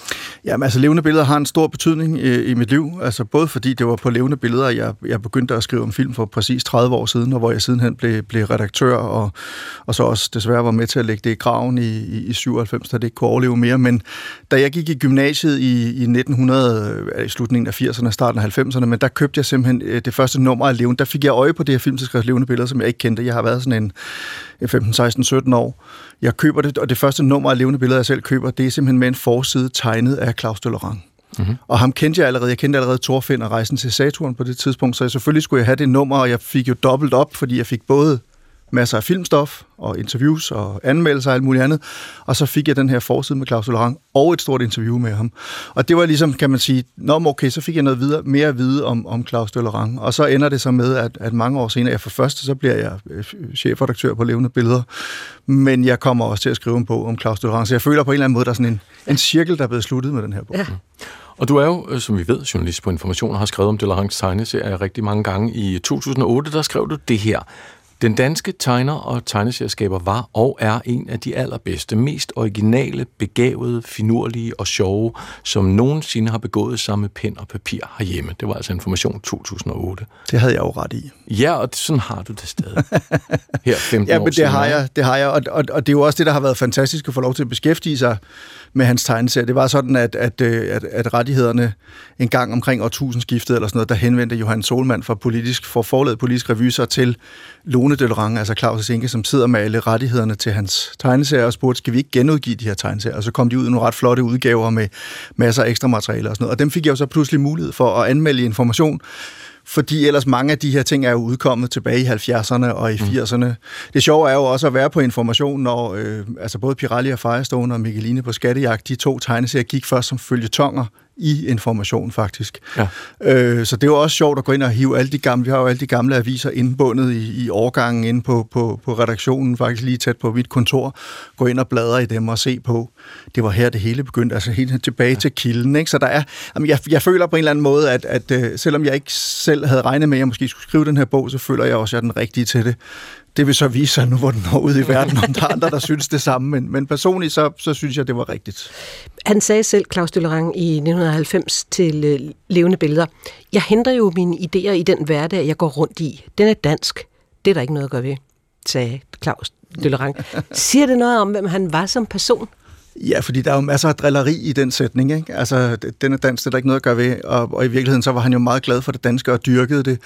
Jamen, altså levende billeder har en stor betydning i, i mit liv, altså både fordi det var på levende billeder, jeg, jeg begyndte at skrive om film for præcis tredive år siden, og hvor jeg sidenhen blev, blev redaktør, og, og så også desværre var med til at lægge det i graven i, i, i syvoghalvfems, da det ikke kunne overleve mere. Men da jeg gik i gymnasiet i, i nitten hundrede, i slutningen af firserne, starten af halvfemserne, men der købte jeg simpelthen det første nummer af levende. Der fik jeg øje på det her filmtidsskrift levende billeder, som jeg ikke kendte. Jeg har været sådan en femten, seksten, sytten år. Jeg køber det, og det første nummer af levende billeder, jeg selv køber, det er simpelthen med en forside tegnet af Claus Døllerang. Mm-hmm. Og ham kendte jeg allerede. Jeg kendte allerede Thorfinn og Rejsen til Saturn på det tidspunkt, så jeg selvfølgelig skulle jeg have det nummer, og jeg fik jo dobbelt op, fordi jeg fik både masser af filmstof og interviews og anmeldelser og alt muligt andet, og så fik jeg den her forside med Claus Døllerang og et stort interview med ham. Og det var ligesom, kan man sige, nå, okay, så fik jeg noget videre, mere at vide om, om Claus Døllerang, og så ender det så med, at, at mange år senere, jeg for første, så bliver jeg chefredaktør på Levende Billeder, men jeg kommer også til at skrive en bog om Claus Døllerang, så jeg føler på en eller anden måde, der er sådan en, en cirkel, der er blevet sluttet med den her bog. Ja. Og du er jo, som vi ved, journalist på Information og har skrevet om Døllerangs tegneserie rigtig mange gange. I to tusind og otte, der skrev du det her. Den danske tegner og tegneserieskaber var og er en af de allerbedste, mest originale, begavede, finurlige og sjove, som nogensinde har begået sig med pen og papir herhjemme. Det var altså Information to tusind og otte. Det havde jeg jo ret i. Ja, og sådan har du det stadig. Her femten ja, år men det har jeg, det har jeg, og, og, og det er jo også det, der har været fantastisk at få lov til at beskæftige sig med hans tegneserie. Det var sådan, at, at, at, at rettighederne en gang omkring årtusindskiftet eller sådan noget, der henvendte Johan Solmann fra politisk, for forladet politisk revyser til Lone Døllerang, altså Claus' enke, som sidder med alle rettighederne til hans tegneserier og spurgte, skal vi ikke genudgive de her tegneserier? Og så kom de ud i nogle ret flotte udgaver med masser af ekstra materialer og sådan noget. Og dem fik jeg jo så pludselig mulighed for at anmelde Information, fordi ellers mange af de her ting er jo udkommet tilbage i halvfjerdserne og i firserne. Mm. Det sjove er jo også at være på Information, når øh, altså både Pirelli og Firestone og Mikkeline på Skattejagt, de to tegneserier gik først som følgetonger i Information, faktisk. Ja. Øh, så det var også sjovt at gå ind og hive alle de gamle, vi har jo alle de gamle aviser indbundet i, i årgangen inde på, på, på redaktionen, faktisk lige tæt på mit kontor, gå ind og bladre i dem og se på. Det var her, det hele begyndte, altså helt tilbage ja. til kilden, ikke? Så der er, jamen jeg, jeg føler på en eller anden måde, at, at uh, selvom jeg ikke selv havde regnet med, at jeg måske skulle skrive den her bog, så føler jeg også, at jeg er den rigtige til det. Det vil så vise sig nu, hvor den når ud i verden, om der er andre, der synes det samme. Men, men personligt, så, så synes jeg, det var rigtigt. Han sagde selv, Claus Døllerang, i nitten halvfems til øh, Levende Billeder: jeg henter jo mine idéer i den hverdag, jeg går rundt i. Den er dansk. Det er der ikke noget at gøre ved, sagde Claus Døllerang. Siger det noget om, hvem han var som person? Ja, fordi der er jo masser af drilleri i den sætning, ikke? Altså, den er dansk, det er der ikke noget at gøre ved. Og, og i virkeligheden, så var han jo meget glad for det danske og dyrkede det.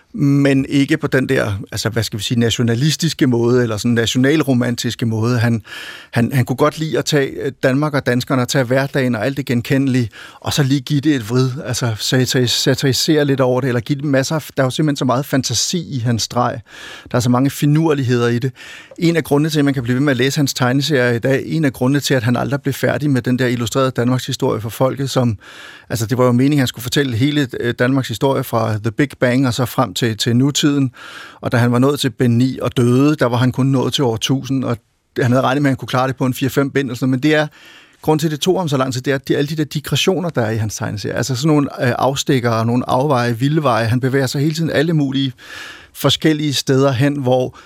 Men ikke på den der, altså hvad skal vi sige, nationalistiske måde, eller sådan nationalromantiske måde. Han, han, han kunne godt lide at tage Danmark og danskerne, og tage hverdagen og alt det genkendelige, og så lige give det et vrid, altså satirisere lidt over det, eller give det masser af, der er jo simpelthen så meget fantasi i hans streg. Der er så mange finurligheder i det. En af grundene til, at man kan blive ved med at læse hans tegneserier i dag, en af grundene til, at han aldrig blev færdig med den der illustrerede Danmarks historie for folket, som, altså det var jo meningen, at han skulle fortælle hele Danmarks historie fra The Big Bang og så frem til Til, til nutiden, og da han var nået til Ben ni og døde, der var han kun nået til år tusind, og han havde regnet med, at han kunne klare det på en fire fem bind, og sådan, men det er, grund til, det tog ham så lang tid, det er, det er alle de der digressioner, der er i hans tegneserier, altså sådan nogle øh, afstikker og nogle afveje, vildveje, han bevæger sig hele tiden alle mulige forskellige steder hen, hvor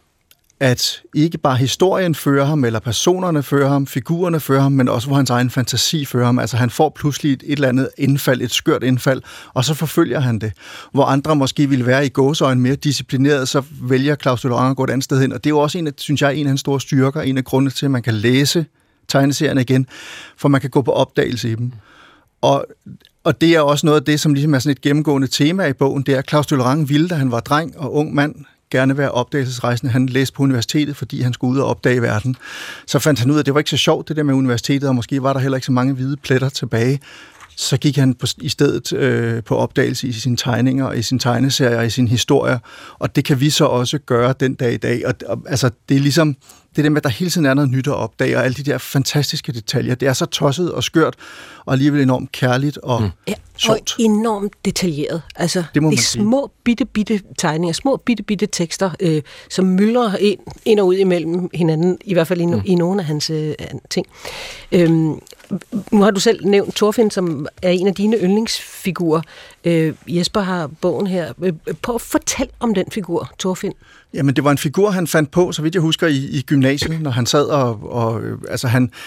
at ikke bare historien fører ham, eller personerne fører ham, figurerne fører ham, men også hvor hans egen fantasi fører ham. Altså han får pludselig et, et eller andet indfald, et skørt indfald, og så forfølger han det. Hvor andre måske ville være i gåseøjne mere disciplineret, så vælger Claus Døllerang at gå et andet sted hen. Og det er jo også, en af, synes jeg, en af hans store styrker, en af grundene til, at man kan læse tegneserierne igen, for man kan gå på opdagelse i dem. Og, og det er også noget af det, som ligesom er sådan et gennemgående tema i bogen, det er, at Claus Døllerang ville, da han var dreng og ung mand, gerne være opdagelsesrejsende. Han læste på universitetet, fordi han skulle ud og opdage verden. Så fandt han ud af, at det var ikke så sjovt, det der med universitetet, og måske var der heller ikke så mange hvide pletter tilbage. Så gik han på, i stedet øh, på opdagelse i sine tegninger, i sine tegneserier, i sine historier, og det kan vi så også gøre den dag i dag. Og, og altså, det er ligesom det der med, at der hele tiden er noget nyt at opdage, og alle de der fantastiske detaljer. Det er så tosset og skørt, og alligevel enormt kærligt og mm. ja, sjovt. Og enormt detaljeret. Altså, det, det er små, bitte, bitte tegninger, små, bitte, bitte tekster, øh, som myldrer ind, ind og ud imellem hinanden, i hvert fald i, mm. i nogle af hans øh, ting. Øhm, nu har du selv nævnt Thorfinn, som er en af dine yndlingsfigurer. Øh, Jesper har bogen her. Øh, prøv at fortælle om den figur, Thorfinn. Jamen, det var en figur, han fandt på, så vidt jeg husker, i, i gymnasiet, når han sad og, og altså han,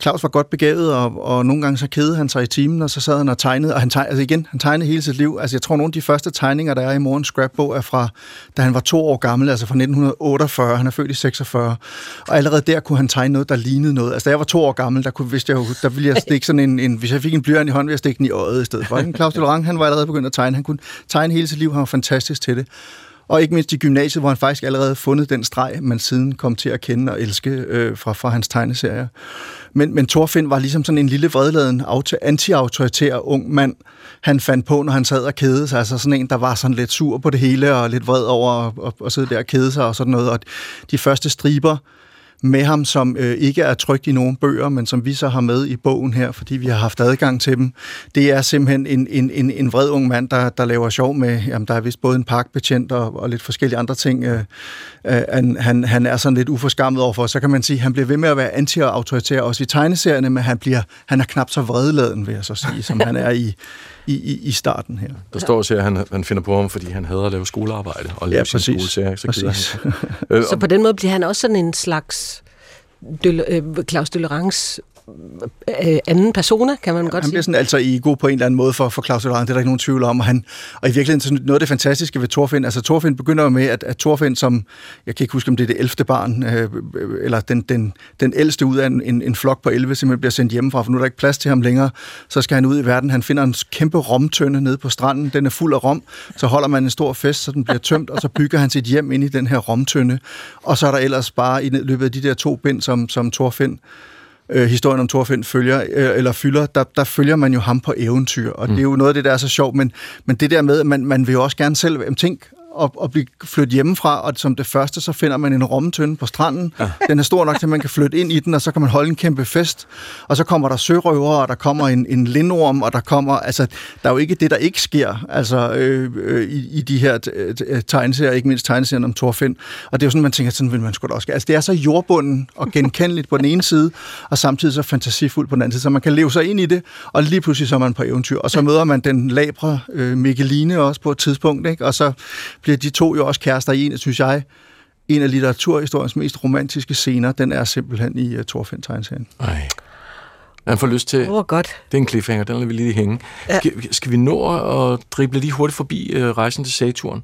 Claus var godt begavet, og, og nogle gange så kedede han sig i timen, og så sad han og tegnede, og han tegnede, altså igen, han tegnede hele sit liv. Altså jeg tror, nogle af de første tegninger, der er i morens scrapbog, er fra, da han var to år gammel, altså fra nitten otteogfyrre, han er født i seksogfyrre, og allerede der kunne han tegne noget, der lignede noget. Altså da jeg var to år gammel, der, kunne, vidste jeg jo, der ville jeg stikke sådan en, en, hvis jeg fik en blyant i hånden, ville jeg stikke den i øjet i stedet for. Claus Delorang, han var allerede begyndt at tegne, han kunne tegne hele sit liv, han var fantastisk til det. Og ikke mindst i gymnasiet, hvor han faktisk allerede fundet den streg, man siden kom til at kende og elske øh, fra, fra hans tegneserier. Men, men Thorfinn var ligesom sådan en lille vredladen, anti-autoritær ung mand, han fandt på, når han sad og kedede sig. Altså sådan en, der var sådan lidt sur på det hele, og lidt vred over at, at, at sidde der og kede sig og sådan noget. Og de første striber med ham, som øh, ikke er trykt i nogen bøger, men som vi så har med i bogen her, fordi vi har haft adgang til dem. Det er simpelthen en, en, en, en vred ung mand, der, der laver sjov med, jamen der er vist både en parkbetjent og, og lidt forskellige andre ting. Øh, øh, han, han er sådan lidt uforskammet overfor, så kan man sige, han bliver ved med at være anti-autoritær også i tegneserierne, men han, bliver, han er knap så vredladen, vil jeg så sige, som han er i, i, i starten her. Der står også, at han, han finder på ham, fordi han hader at lave skolearbejde og lave ja, sin skoleserie. Så, præcis. han. øh, så på den måde bliver han også sådan en slags Døl, øh, Claus Delorangs øh, anden persona, kan man godt han sige. Han bliver sådan altså ego på en eller anden måde for, for Claus Delorang, det er der ikke nogen tvivl om. Og, han, og i virkeligheden noget af det fantastiske ved Thorfinn, altså Thorfinn begynder jo med, at, at Thorfinn, som, jeg kan ikke huske, om det er det ellevte barn, øh, eller den, den, den ældste ud af en, en, en flok på elleve, simpelthen bliver sendt hjemmefra, for nu er der ikke plads til ham længere, så skal han ud i verden. Han finder en kæmpe romtønde nede på stranden, den er fuld af rom, så holder man en stor fest, så den bliver tømt, og så bygger han sit hjem ind i den her romtønde, og så er der ellers bare i løbet af de der to bind, som, som Thorfinn Øh, historien om Thorfinn følger, øh, eller fylder, der, der følger man jo ham på eventyr, og mm. det er jo noget af det, der er så sjovt, men, men det der med, at man, man vil jo også gerne selv tænke og, og blive flyttet hjemmefra, og som det første, så finder man en romtønde på stranden. Ja. Den er stor nok til, at man kan flytte ind i den, og så kan man holde en kæmpe fest, og så kommer der sørøvere, og der kommer en, en lindorm, og der kommer, altså, der er jo ikke det, der ikke sker, altså, øh, øh, i, i de her tegneserier, ikke mindst tegneserien om Thorfinn, og det er jo sådan, man tænker, sådan vil man sgu da også. Altså, det er så jordbunden og genkendeligt på den ene side, og samtidig så fantasifuldt på den anden side, så man kan leve sig ind i det, og lige pludselig så er man på eventyr, og så møder man den labre øh, Mikkeline også på et tidspunkt, ikke? Og så bliver de to jo også kærester i en, synes jeg, en af litteraturhistoriens mest romantiske scener, den er simpelthen i uh, Thorfinn-tegneserien. Nej. Man får lyst til... Åh, godt. Det er en cliffhanger, den lader vi lige hænge. Ja. Skal, skal vi nå at drible lige hurtigt forbi uh, Rejsen til Saturn,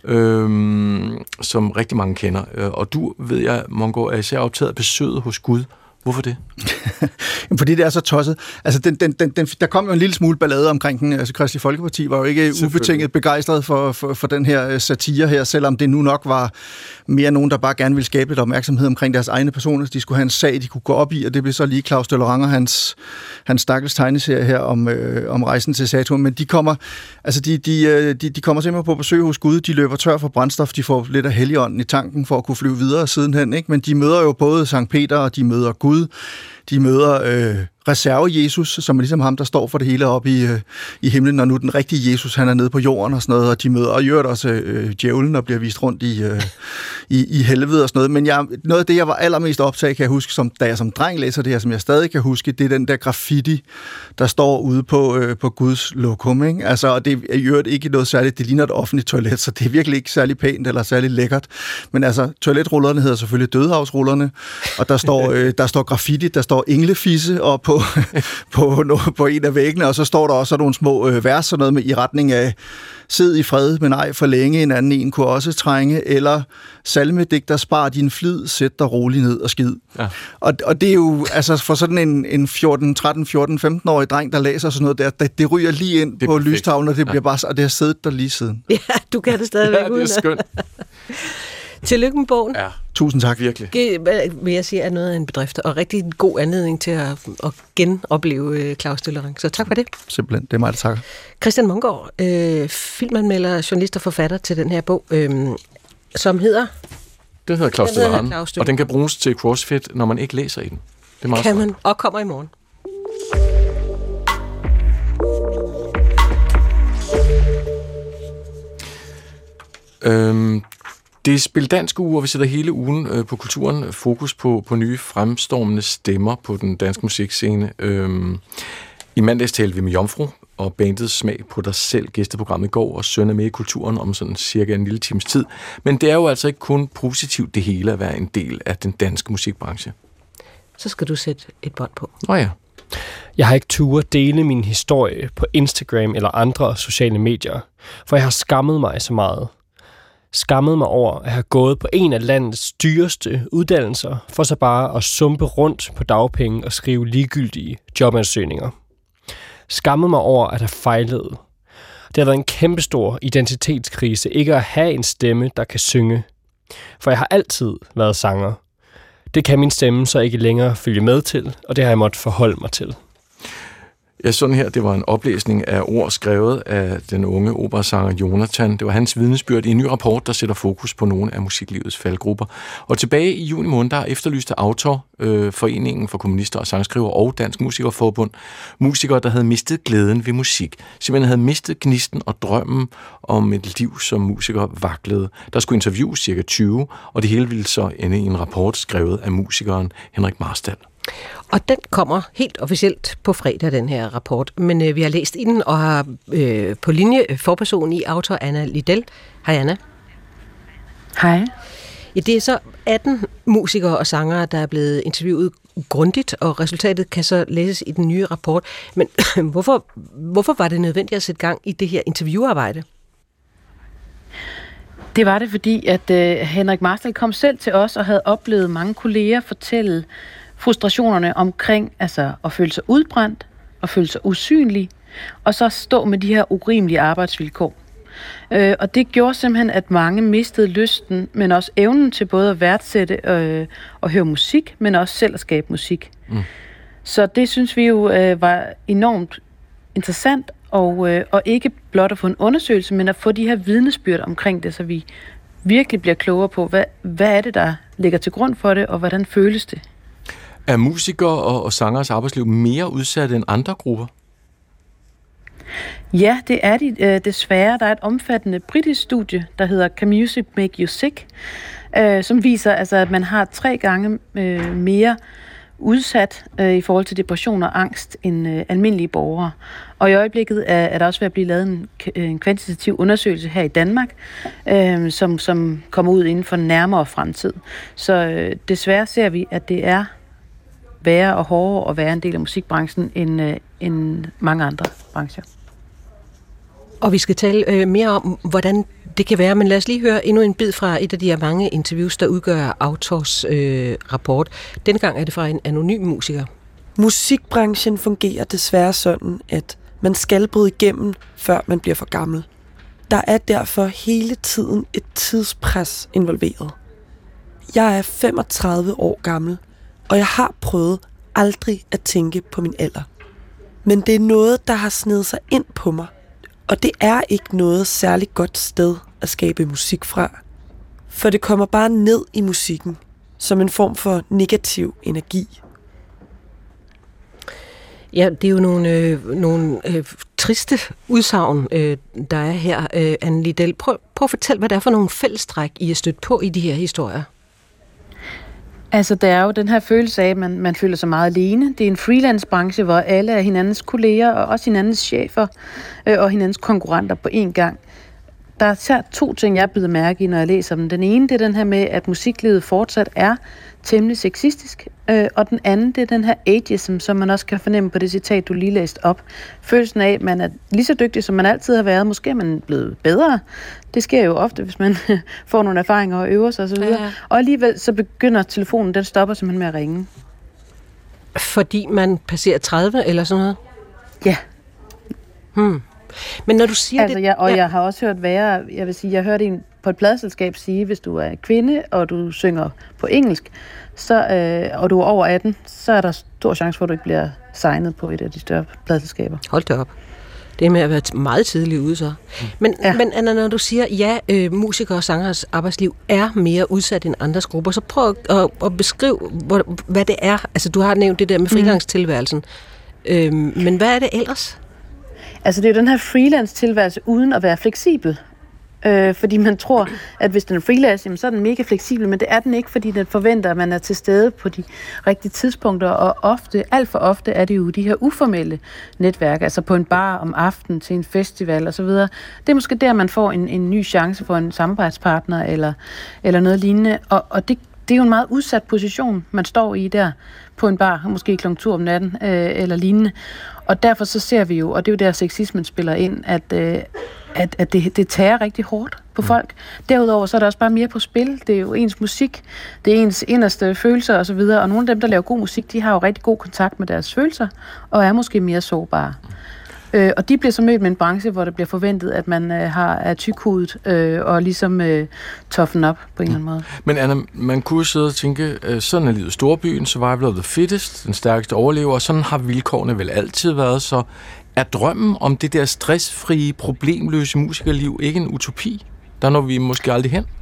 øhm, som rigtig mange kender. Uh, og du, ved jeg, Mongo, er især optaget af besøget hos Gud. Hvorfor det? Fordi det er så tosset. Altså, den, den, den, den, der kom jo en lille smule ballade omkring den. Altså, Kristelig Folkeparti var jo ikke ubetinget begejstret for, for, for den her satire her, selvom det nu nok var mere nogen, der bare gerne ville skabe lidt opmærksomhed omkring deres egne personer. De skulle have en sag, de kunne gå op i, og det blev så lige Claus Delorang og hans, hans stakkels tegneserie her om, øh, om Rejsen til Saturn. Men de kommer, altså de, de, de, de kommer simpelthen på besøg hos Gud. De løber tør for brændstof. De får lidt af Helligånden i tanken for at kunne flyve videre sidenhen, ikke? Men de møder jo både Sankt Peter, og de møder Gud. De møder øh, reserve-Jesus, som er ligesom ham, der står for det hele oppe i, øh, i himlen, og nu den rigtige Jesus, han er nede på jorden og sådan noget, og de møder, og gjør også øh, djævlen og bliver vist rundt i, øh, i, i helvede og sådan noget. Men jeg, noget af det, jeg var allermest optaget, kan jeg huske, som, da jeg som dreng læser det her, som jeg stadig kan huske, det er den der graffiti, der står ude på, øh, på Guds lokum, ikke? Altså, og det er jo ikke noget særligt, det ligner et offentligt toilet, så det er virkelig ikke særlig pænt eller særlig lækkert. Men altså, toiletrullerne hedder selvfølgelig dødehavsrullerne, og der står, øh, der står graffiti, der står englefisse og på, på, no, på en af væggene, og så står der også nogle små øh, vers, sådan noget med, i retning af sid i fred, men ej for længe, en anden en kunne også trænge, eller salmedigter, spar din flid, sæt dig roligt ned og skid. Ja. Og, og det er jo, altså for sådan en, en fjorten, tretten, fjorten, femten-årig dreng, der læser sådan noget der, det, det ryger lige ind på lystavlen, og det bliver ja. bare, og det har siddet der lige siden. Ja, du kan det stadigvæk ja, det er skønt. Tillykke med bogen. Ja. Tusind tak. Virkelig. Det vil jeg sige er noget af en bedrift, og rigtig god anledning til at, at genopleve Claus Delorang. Så tak for det. Simpelthen, det er mig, der takker. Christian Mongård, øh, filmanmelder, journalist og forfatter til den her bog, øh, som hedder... Den hedder Claus Delorang, og den kan bruges til CrossFit, når man ikke læser i den. Det er meget kan man, og kommer i morgen. Øhm, det er Spil Dansk Uge, og vi sætter hele ugen øh, på kulturen fokus på, på nye fremstormende stemmer på den danske musikscene. Øhm, I mandags talte vi med Jomfru og bandets Smag på dig selv, gæsteprogrammet i går, og Søn er med i kulturen om sådan cirka en lille times tid. Men det er jo altså ikke kun positivt det hele at være en del af den danske musikbranche. så skal du sætte et bånd på. Åh oh ja. Jeg har ikke turde dele min historie på Instagram eller andre sociale medier, for jeg har skammet mig så meget. Skammet mig over at have gået på en af landets dyreste uddannelser, for så bare at sumpe rundt på dagpenge og skrive ligegyldige jobansøgninger. Skammet mig over at have fejlet. Det har været en kæmpestor identitetskrise ikke at have en stemme, der kan synge. For jeg har altid været sanger. Det kan min stemme så ikke længere følge med til, og det har jeg måttet forholde mig til. Ja, sådan her, det var en oplæsning af ord skrevet af den unge operasanger Jonathan. Det var hans vidnesbyrd i en ny rapport, der sætter fokus på nogle af musiklivets faldgrupper. Og tilbage i juni måned, der efterlyste Autor, øh, Foreningen for Komponister og Sangskriver og Dansk Musikerforbund, musikere, der havde mistet glæden ved musik. Simpelthen havde mistet gnisten og drømmen om et liv som musiker vaklede. Der skulle interviews cirka tyve, og det hele ville så ende i en rapport skrevet af musikeren Henrik Marstal. Og den kommer helt officielt på fredag, den her rapport. Men øh, vi har læst i den og har øh, på linje forperson i Autor Anna Lidell. Hej Anna. Hej. Ja, det er så atten musikere og sangere, der er blevet interviewet grundigt, og resultatet kan så læses i den nye rapport. Men hvorfor, hvorfor var det nødvendigt at sætte gang i det her interviewarbejde? Det var det, fordi at øh, Henrik Marstal kom selv til os og havde oplevet mange kolleger fortælle frustrationerne omkring altså at føle sig udbrændt og føle sig usynlig, og så stå med de her urimelige arbejdsvilkår. Øh, og det gjorde simpelthen, at mange mistede lysten, men også evnen til både at værdsætte øh, og høre musik, men også selv at skabe musik. Mm. Så det synes vi jo øh, var enormt interessant, og, øh, og ikke blot at få en undersøgelse, men at få de her vidnesbyrd omkring det, så vi virkelig bliver klogere på, hvad, hvad er det, der ligger til grund for det, og hvordan føles det. Er musikere og, og sangers arbejdsliv mere udsatte end andre grupper? Ja, det er de øh, desværre. Der er et omfattende britisk studie, der hedder Can Music Make You Sick, øh, som viser, altså, at man har tre gange øh, mere udsat øh, i forhold til depression og angst end øh, almindelige borgere. Og i øjeblikket er, er der også ved at blive lavet en, en kvantitativ undersøgelse her i Danmark, øh, som, som kommer ud inden for en nærmere fremtid. Så øh, desværre ser vi, at det er værre og hårdere at være en del af musikbranchen end, øh, end mange andre brancher. Og vi skal tale øh, mere om, hvordan det kan være, men lad os lige høre endnu en bid fra et af de her mange interviews, der udgør Autors øh, rapport. Denne gang er det fra en anonym musiker. Musikbranchen fungerer desværre sådan, at man skal bryde igennem, før man bliver for gammel. Der er derfor hele tiden et tidspres involveret. Jeg er femogtredive år gammel, og jeg har prøvet aldrig at tænke på min alder. Men det er noget, der har snedet sig ind på mig, og det er ikke noget særligt godt sted at skabe musik fra. For det kommer bare ned i musikken, som en form for negativ energi. Ja, det er jo nogle, øh, nogle øh, triste udsagn, øh, der er her, øh, Anne Lidell. Prøv, prøv at fortælle, hvad det er for nogle fællestræk, I er stødt på i de her historier. Altså, der er jo den her følelse af, at man, man føler sig meget alene. Det er en freelance-branche, hvor alle er hinandens kolleger, og også hinandens chefer, øh, og hinandens konkurrenter på én gang. Der er især to ting, jeg bider mærke i, når jeg læser dem. Den ene, det er den her med, at musiklivet fortsat er temmelig sexistisk, øh, og den anden, det er den her ageism, som man også kan fornemme på det citat, du lige læste op. Følelsen af, at man er lige så dygtig, som man altid har været. Måske er man blevet bedre. Det sker jo ofte, hvis man får nogle erfaringer og øver sig osv. Ja. Og alligevel så begynder telefonen, den stopper simpelthen med at ringe. Fordi man passerer tredive eller sådan noget? Ja. Hmm. Men når du siger altså, det... Jeg, og ja. jeg har også hørt værre, jeg vil sige, jeg hørte en på et pladeselskab sige, hvis du er kvinde, og du synger på engelsk, så, øh, og du er over atten, så er der stor chance for, at du ikke bliver signet på et af de større pladeselskaber. Hold da op. Det er med at være meget tidligt ude så. Men, ja. men Anna, når du siger, ja, øh, musikere og sangers arbejdsliv er mere udsat end andres grupper, så prøv at, at, at beskrive, hvor, hvad det er. Altså, du har nævnt det der med frigangstilværelsen. Mm. Øh, men hvad er det ellers? Altså, det er jo den her freelance-tilværelse uden at være fleksibel. Øh, fordi man tror, at hvis den er freelance, jamen, så er den mega fleksibel, men det er den ikke, fordi den forventer, at man er til stede på de rigtige tidspunkter, og ofte, alt for ofte er det jo de her uformelle netværk, altså på en bar om aftenen til en festival osv. Det er måske der, man får en, en ny chance for en samarbejdspartner eller, eller noget lignende, og, og det, det det er jo en meget udsat position, man står i der på en bar, måske klokken to om natten øh, eller lignende. Og derfor så ser vi jo, og det er jo der sexismen spiller ind, at, øh, at, at det, det tager rigtig hårdt på folk. Derudover så er der også bare mere på spil. Det er jo ens musik, det er ens inderste følelser osv., og, og nogle af dem, der laver god musik, de har jo rigtig god kontakt med deres følelser, og er måske mere sårbare. Øh, og de bliver så mødt med en branche, hvor det bliver forventet, at man øh, har er tykhudet øh, og ligesom øh, toughen op på en eller anden måde. Men Anna, man kunne sidde og tænke, øh, sådan er livet storbyen, survival of the fittest, den stærkeste overlever, og sådan har vilkårene vel altid været, så er drømmen om det der stressfrie, problemløse musikerliv ikke en utopi? Der når vi måske aldrig hen?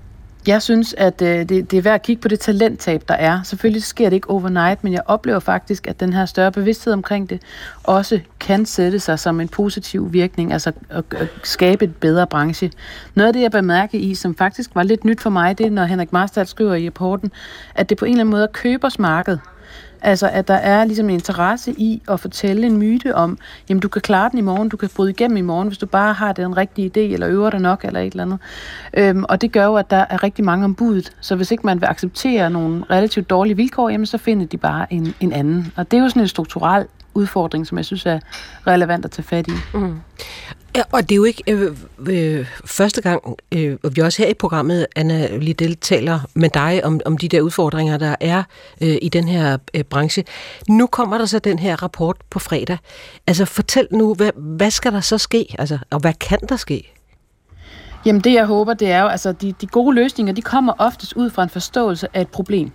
Jeg synes, at øh, det, det er værd at kigge på det talenttab, der er. Selvfølgelig sker det ikke overnight, men jeg oplever faktisk, at den her større bevidsthed omkring det også kan sætte sig som en positiv virkning, altså at, at skabe et bedre branche. Noget af det, jeg bemærker i, som faktisk var lidt nyt for mig, det er, når Henrik Marstal skriver i rapporten, at det på en eller anden måde er købersmarked. Altså, at der er ligesom en interesse i at fortælle en myte om, jamen, du kan klare den i morgen, du kan bryde igennem i morgen, hvis du bare har den rigtige idé, eller øver dig nok, eller et eller andet. Øhm, og det gør jo, at der er rigtig mange om budet. Så hvis ikke man vil acceptere nogle relativt dårlige vilkår, jamen, så finder de bare en, en anden. Og det er jo sådan en strukturel udfordring, som jeg synes er relevant at tage fat i. Mm. Ja, og det er jo ikke øh, øh, første gang, øh, og vi også her i programmet, Anna Lidell, taler med dig om, om de der udfordringer, der er øh, i den her øh, branche. Nu kommer der så den her rapport på fredag. Altså fortæl nu, hvad, hvad skal der så ske? Altså, og hvad kan der ske? Jamen det, jeg håber, det er jo, altså de, de gode løsninger, de kommer oftest ud fra en forståelse af et problem.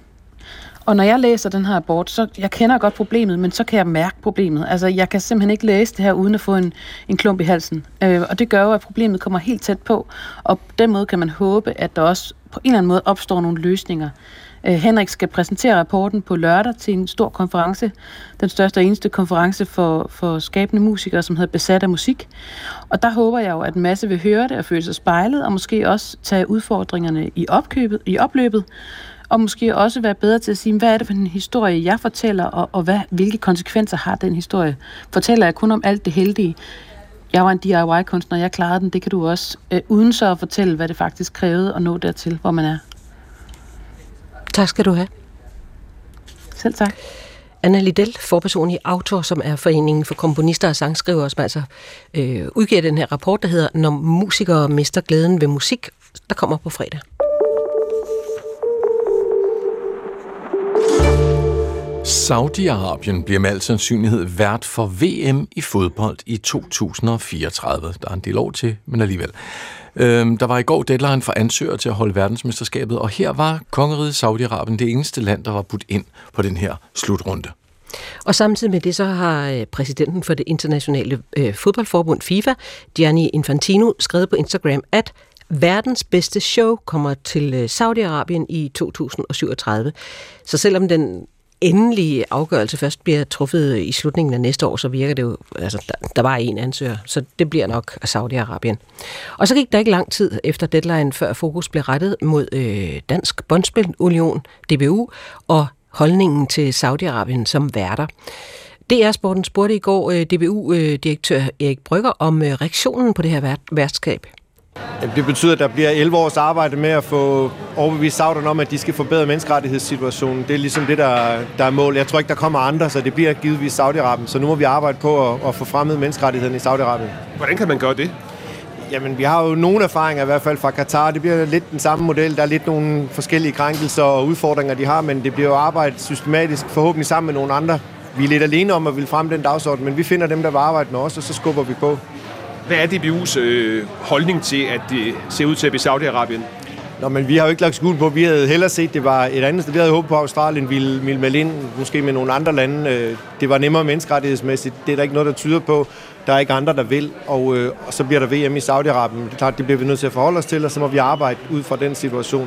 Og når jeg læser den her rapport, så jeg kender godt problemet, men så kan jeg mærke problemet. Altså, jeg kan simpelthen ikke læse det her, uden at få en, en klump i halsen. Øh, og det gør jo, at problemet kommer helt tæt på. Og på den måde kan man håbe, at der også på en eller anden måde opstår nogle løsninger. Øh, Henrik skal præsentere rapporten på lørdag til en stor konference. Den største og eneste konference for, for skabende musikere, som hedder Besat af musik. Og der håber jeg jo, at en masse vil høre det og føle sig spejlet, og måske også tage udfordringerne i, opkøbet, i opløbet. Og måske også være bedre til at sige, hvad er det for en historie, jeg fortæller, og, og hvad, hvilke konsekvenser har den historie? Fortæller jeg kun om alt det heldige? Jeg var en D I Y-kunstner, jeg klarede den, det kan du også, øh, uden så at fortælle, hvad det faktisk krævede at nå dertil, hvor man er. Tak skal du have. Selv tak. Anna Lidell, forperson i Autor, som er foreningen for komponister og sangskrivere, som altså øh, udgiver den her rapport, der hedder Når musikere mister glæden ved musik, der kommer på fredag. Saudi-Arabien bliver med al sandsynlighed vært for V M i fodbold i to tusind og fireogtredive. Der er en del år til, men alligevel. Øhm, der var i går deadline for ansøgere til at holde verdensmesterskabet, og her var kongeriget Saudi-Arabien det eneste land, der var budt ind på den her slutrunde. Og samtidig med det, så har præsidenten for det internationale øh, fodboldforbund FIFA, Gianni Infantino, skrevet på Instagram, at verdens bedste show kommer til Saudi-Arabien i to tusind og syvogtredive. Så selvom den endelige afgørelse først bliver truffet i slutningen af næste år, så virker det jo, altså der, der var en ansøger, så det bliver nok af Saudi-Arabien. Og så gik der ikke lang tid efter deadline, før fokus blev rettet mod øh, Dansk Båndspilunion, D B U, og holdningen til Saudi-Arabien som værter. D R Sporten spurgte i går øh, D B U-direktør Erik Brygger om øh, reaktionen på det her vært, værtskab. Det betyder, at der bliver elleve års arbejde med at få overbevist sauderne om, at de skal forbedre menneskerettighedssituationen. Det er ligesom det, der, der er mål. Jeg tror ikke, der kommer andre, så det bliver givetvis Saudi-Arabien. Så nu må vi arbejde på at, at få fremmet menneskerettighederne i Saudi-Arabien. Hvordan kan man gøre det? Jamen, vi har jo nogle erfaringer, i hvert fald fra Katar. Det bliver lidt den samme model. Der er lidt nogle forskellige krænkelser og udfordringer, de har, men det bliver jo arbejdet systematisk, forhåbentlig sammen med nogle andre. Vi er lidt alene om at ville fremme den dagsorden, men vi finder dem, der vil arbejde med os, og så skubber vi på. Hvad er D B U's øh, holdning til, at det ser ud til at blive Saudi-Arabien? Nå, men vi har jo ikke lagt skjul på. Vi havde hellere set, at det var et andet sted. Vi havde håbet på, at Australien ville, ville melde ind, måske med nogle andre lande. Det var nemmere menneskerettighedsmæssigt. Det er der ikke noget, der tyder på. Der er ikke andre, der vil. Og, øh, og så bliver der V M i Saudi-Arabien. Det er klart, det bliver vi nødt til at forholde os til, og så må vi arbejde ud fra den situation.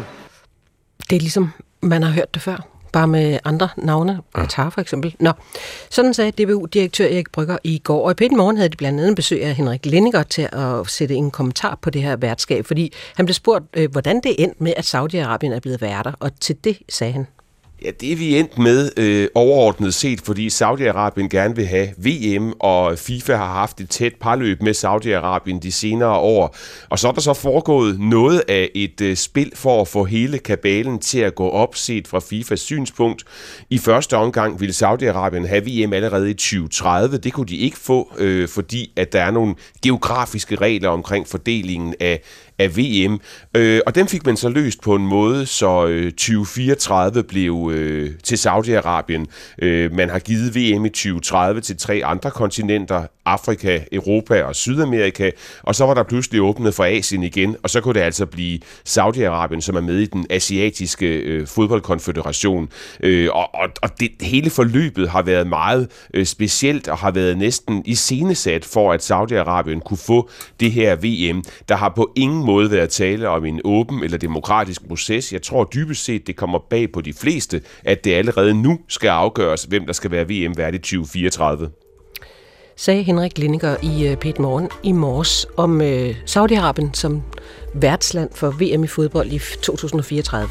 Det er ligesom, man har hørt det før. Bare med andre navne, Qatar for eksempel. Nå, sådan sagde D B U-direktør Erik Brygger i går, og i P et Morgen havde de blandt andet besøg af Henrik Lenninger til at sætte en kommentar på det her værtskab, fordi han blev spurgt, hvordan det endte med, at Saudi-Arabien er blevet værter, og til det sagde han. Ja, det er vi endt med øh, overordnet set, fordi Saudi-Arabien gerne vil have V M, og FIFA har haft et tæt parløb med Saudi-Arabien de senere år. Og så er der så foregået noget af et øh, spil for at få hele kabalen til at gå op, set fra FIFAs synspunkt. I første omgang ville Saudi-Arabien have V M allerede i tyve tredive. Det kunne de ikke få, øh, fordi at der er nogle geografiske regler omkring fordelingen af af V M, øh, og den fik man så løst på en måde, så øh, tyve fireogtredive blev øh, til Saudi-Arabien. Øh, man har givet V M i tyve tredive til tre andre kontinenter, Afrika, Europa og Sydamerika, og så var der pludselig åbnet for Asien igen, og så kunne det altså blive Saudi-Arabien, som er med i den asiatiske øh, fodboldkonfederation. Øh, og og, og det hele forløbet har været meget øh, specielt, og har været næsten iscenesat for, at Saudi-Arabien kunne få det her V M. Der har på ingen måde været tale om en åben eller demokratisk proces. Jeg tror dybest set, det kommer bag på de fleste, at det allerede nu skal afgøres, hvem der skal være V M-vært i tyve fireogtredive. Sagde Henrik Lindinger i P et Morgen i morges om øh, Saudi-Arabien som værtsland for V M i fodbold i to tusind fireogtredive.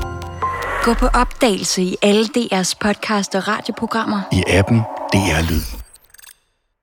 Gå på opdagelse i alle D R's podcast og radioprogrammer. I appen D R Lyd.